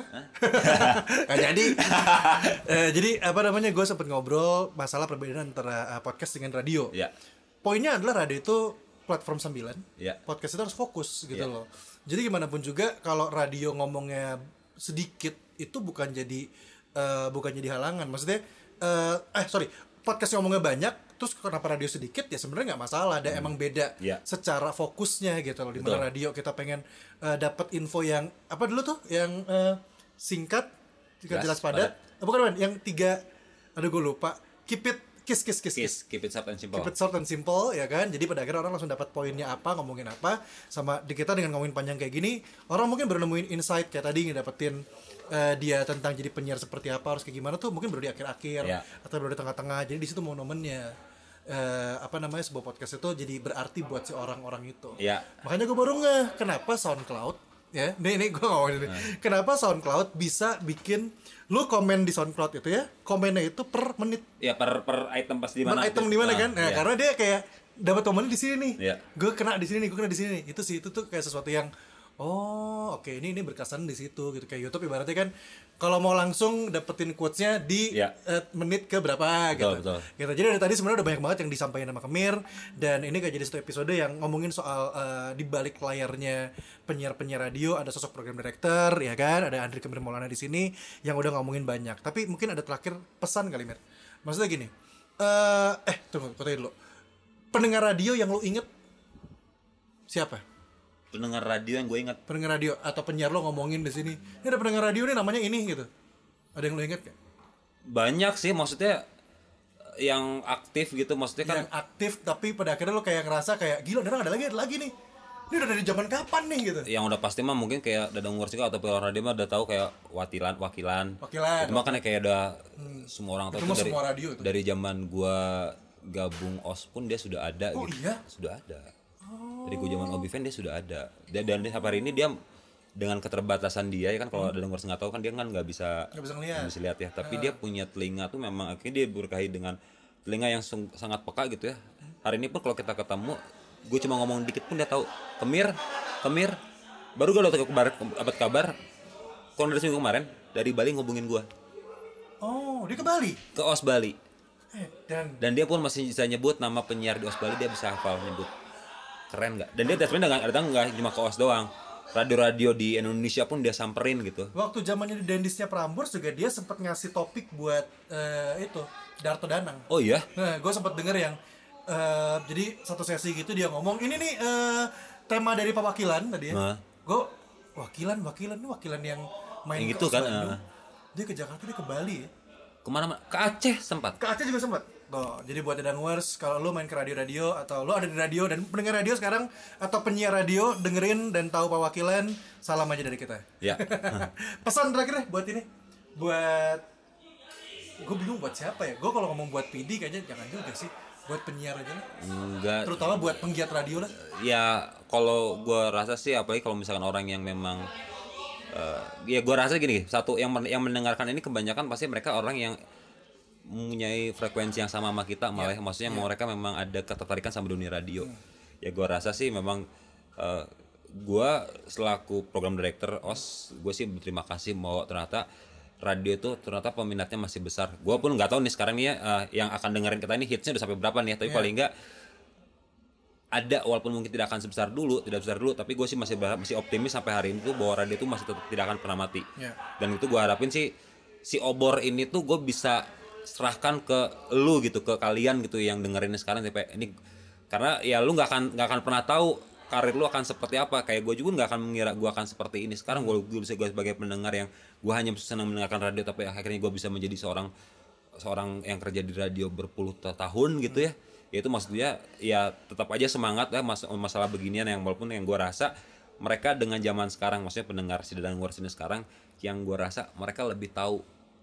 Gak jadi. uh, jadi apa namanya gue sempet ngobrol masalah perbedaan antara uh, podcast dengan radio.
Iya. Yeah.
poinnya adalah radio itu platform sambilan,
yeah.
podcast itu harus fokus gitu
yeah.
loh. Jadi gimana pun juga kalau radio ngomongnya sedikit itu bukan jadi uh, bukan jadi halangan. Maksudnya uh, eh sorry podcast ngomongnya banyak, terus kenapa radio sedikit ya sebenarnya nggak masalah. Ada hmm. emang beda
yeah.
secara fokusnya gitu loh. Di mana radio kita pengen uh, dapat info yang apa dulu tuh, yang uh, singkat, singkat jelas, jelas padat. padat. Bukan kan? Yang tiga, aduh gue lupa. Keep it Kiss, kiss, kiss, kiss.
Keep it short and simple.
Keep it short and simple, ya kan? Jadi pada akhirnya orang langsung dapat poinnya apa, ngomongin apa. Sama di kita dengan ngomongin panjang kayak gini, orang mungkin baru nemuin insight kayak tadi ngedapetin uh, dia tentang jadi penyiar seperti apa, harus kayak gimana tuh mungkin baru di akhir-akhir yeah. atau baru di tengah-tengah. Jadi di situ momennya uh, apa namanya sebuah podcast itu jadi berarti buat si orang-orang itu.
Yeah.
Makanya gue baru ngeh kenapa SoundCloud ya, nih nih gue ngomongin ini. Hmm. Kenapa SoundCloud bisa bikin lu komen di SoundCloud itu ya, komennya itu per menit.
Ya per per item pas di mana.
Per item di mana kan? Nah,
ya.
Karena dia kayak dapat komennya di sini nih.
Ya.
Gue kena di sini nih, gue kena di sini nih. Itu sih itu tuh kayak sesuatu yang oh, oke okay, ini ini berkesan di situ gitu. Kayak YouTube ibaratnya kan kalau mau langsung dapetin quotes-nya di
ya.
uh, menit ke berapa gitu.
Betul, betul.
Gitu. Jadi dari tadi sebenarnya udah banyak banget yang disampaikan sama Kemir, dan ini kayak jadi satu episode yang ngomongin soal uh, di balik layarnya penyiar-penyiar radio, ada sosok program director ya kan, ada Andri Kemir Maulana di sini yang udah ngomongin banyak. Tapi mungkin ada terakhir pesan kali Mir. Maksudnya gini. Uh, eh tunggu, kotain dulu. Pendengar radio yang lu inget siapa?
Pendengar radio yang gue ingat.
Pendengar radio atau penyiar lo ngomongin di sini. Ini ada pendengar radio nih namanya ini gitu. Ada yang lo ingat gak?
Banyak sih, maksudnya yang aktif gitu, maksudnya kan.
Yang aktif tapi pada akhirnya lo kayak ngerasa kayak gila, ada lagi ada lagi nih. Ini udah dari zaman kapan nih gitu.
Yang udah pasti mah mungkin kayak Dadang Warsika atau Pilar Radio mah udah tahu kayak wakilan wakilan.
Wakilan.
Itu mah kan kayak udah hmm. semua orang tahu
itu
dari
semua radio itu.
Dari zaman gua gabung O S pun dia sudah ada
oh,
gitu.
Iya?
Sudah ada. Dari gue zaman Obiven dia sudah ada. Dan, dan sampai hari ini dia dengan keterbatasan dia ya kan, kalau ada dengar nggak tahu kan dia kan nggak bisa
nggak bisa ngeliat.
bisa lihat ya. Tapi uh. dia punya telinga tuh memang akhirnya dia berkait dengan telinga yang sung, sangat peka gitu ya. Hari ini pun kalau kita ketemu, gue cuma ngomong dikit pun dia tahu. Kemir, Kemir. Baru gue dapat kabar, dapat kabar. Kalau dari seminggu kemarin dari Bali ngubungin gue.
Oh, dia ke Bali?
Ke O S Bali.
Eh, dan
dan dia pun masih bisa nyebut nama penyiar di O S Bali, dia bisa hafal nyebut. Keren nggak? Dan dia sebenarnya nggak datang nggak cuma ke O S doang, radio-radio di Indonesia pun dia samperin gitu.
Waktu zamannya di Dendisnya Prambors juga dia sempat ngasih topik buat uh, itu Darto Danang.
Oh iya?
Nah, gue sempat denger yang uh, jadi satu sesi gitu dia ngomong ini nih uh, tema dari perwakilan tadi ya. Nah. Gue wakilan wakilan ini wakilan yang main
yang gitu kan? Uh.
Dia ke Jakarta, dia ke Bali ya.
Kemana-mana? Ke Aceh sempat.
Ke Aceh juga sempat. Tuh, jadi buat Dadangers, kalau lu main ke radio-radio atau lu ada di radio dan pendengar radio sekarang atau penyiar radio dengerin dan tahu perwakilan, salam aja dari kita.
Ya.
Pesan terakhir deh buat ini. Buat gue bingung buat siapa ya? Gue kalau ngomong buat P D kayaknya jangan juga sih. Buat penyiar aja lah.
Enggak.
Terutama buat penggiat radio lah.
Ya, kalau gue rasa sih apalagi kalau misalkan orang yang memang uh, ya gue rasa gini, satu yang yang mendengarkan ini kebanyakan pasti mereka orang yang mempunyai frekuensi yang sama sama kita, malah yeah. maksudnya yeah. mereka memang ada ketertarikan sama dunia radio. Hmm. Ya gue rasa sih memang uh, gue selaku program director O S, gue sih berterima kasih bahwa ternyata radio itu ternyata peminatnya masih besar. Gue pun nggak tahu nih sekarang nih ya, uh, yang akan dengerin kita ini hitsnya udah sampai berapa nih ya, tapi yeah. paling nggak ada, walaupun mungkin tidak akan sebesar dulu, tidak besar dulu, tapi gue sih masih masih optimis sampai hari ini tuh bahwa radio itu masih tetap tidak akan pernah mati. Yeah. Dan itu gue harapin sih si obor ini tuh gue bisa serahkan ke lu gitu, ke kalian gitu yang dengerin sekarang sampai ini, karena ya lu nggak akan nggak akan pernah tahu karir lu akan seperti apa. Kayak gue juga nggak akan mengira gue akan seperti ini sekarang. Gue gue bisa gue sebagai pendengar yang gue hanya senang mendengarkan radio, tapi akhirnya gue bisa menjadi seorang seorang yang kerja di radio berpuluh tahun gitu ya. Ya itu maksudnya ya tetap aja semangat ya mas- masalah beginian yang walaupun yang gue rasa mereka dengan zaman sekarang, maksudnya pendengar si Dadang Wars ini sekarang, yang gue rasa mereka lebih tahu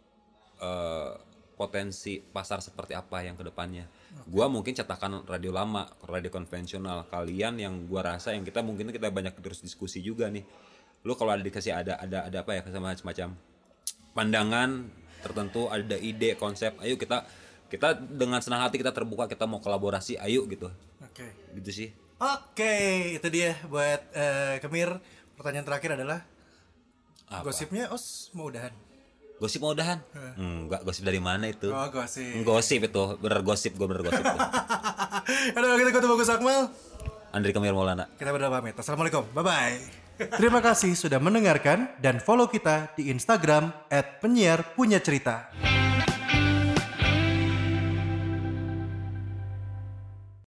uh, potensi pasar seperti apa yang kedepannya. Okay. Gua mungkin cetakan radio lama, radio konvensional. Kalian yang gua rasa yang kita mungkin kita banyak terus diskusi juga nih. Lu kalau ada dikasih ada ada ada apa ya semacam pandangan tertentu, ada ide, konsep, ayo kita kita dengan senang hati kita terbuka, kita mau kolaborasi, ayo gitu.
Oke. Okay.
Gitu sih.
Oke, okay, itu dia buat uh, Kemir. Pertanyaan terakhir adalah apa? Gosipnya Os mau udahan.
Gosip mau udahan? Enggak, gosip dari mana itu?
Oh, gosip.
Gosip itu, bener gosip, gue bener gosip.
Aduh, kita ketemu Bagus Akmal.
Andri Kamil Maulana.
Kita berdua pamit. Assalamualaikum. Bye-bye. Terima kasih sudah mendengarkan dan follow kita di Instagram et penyiar punya cerita.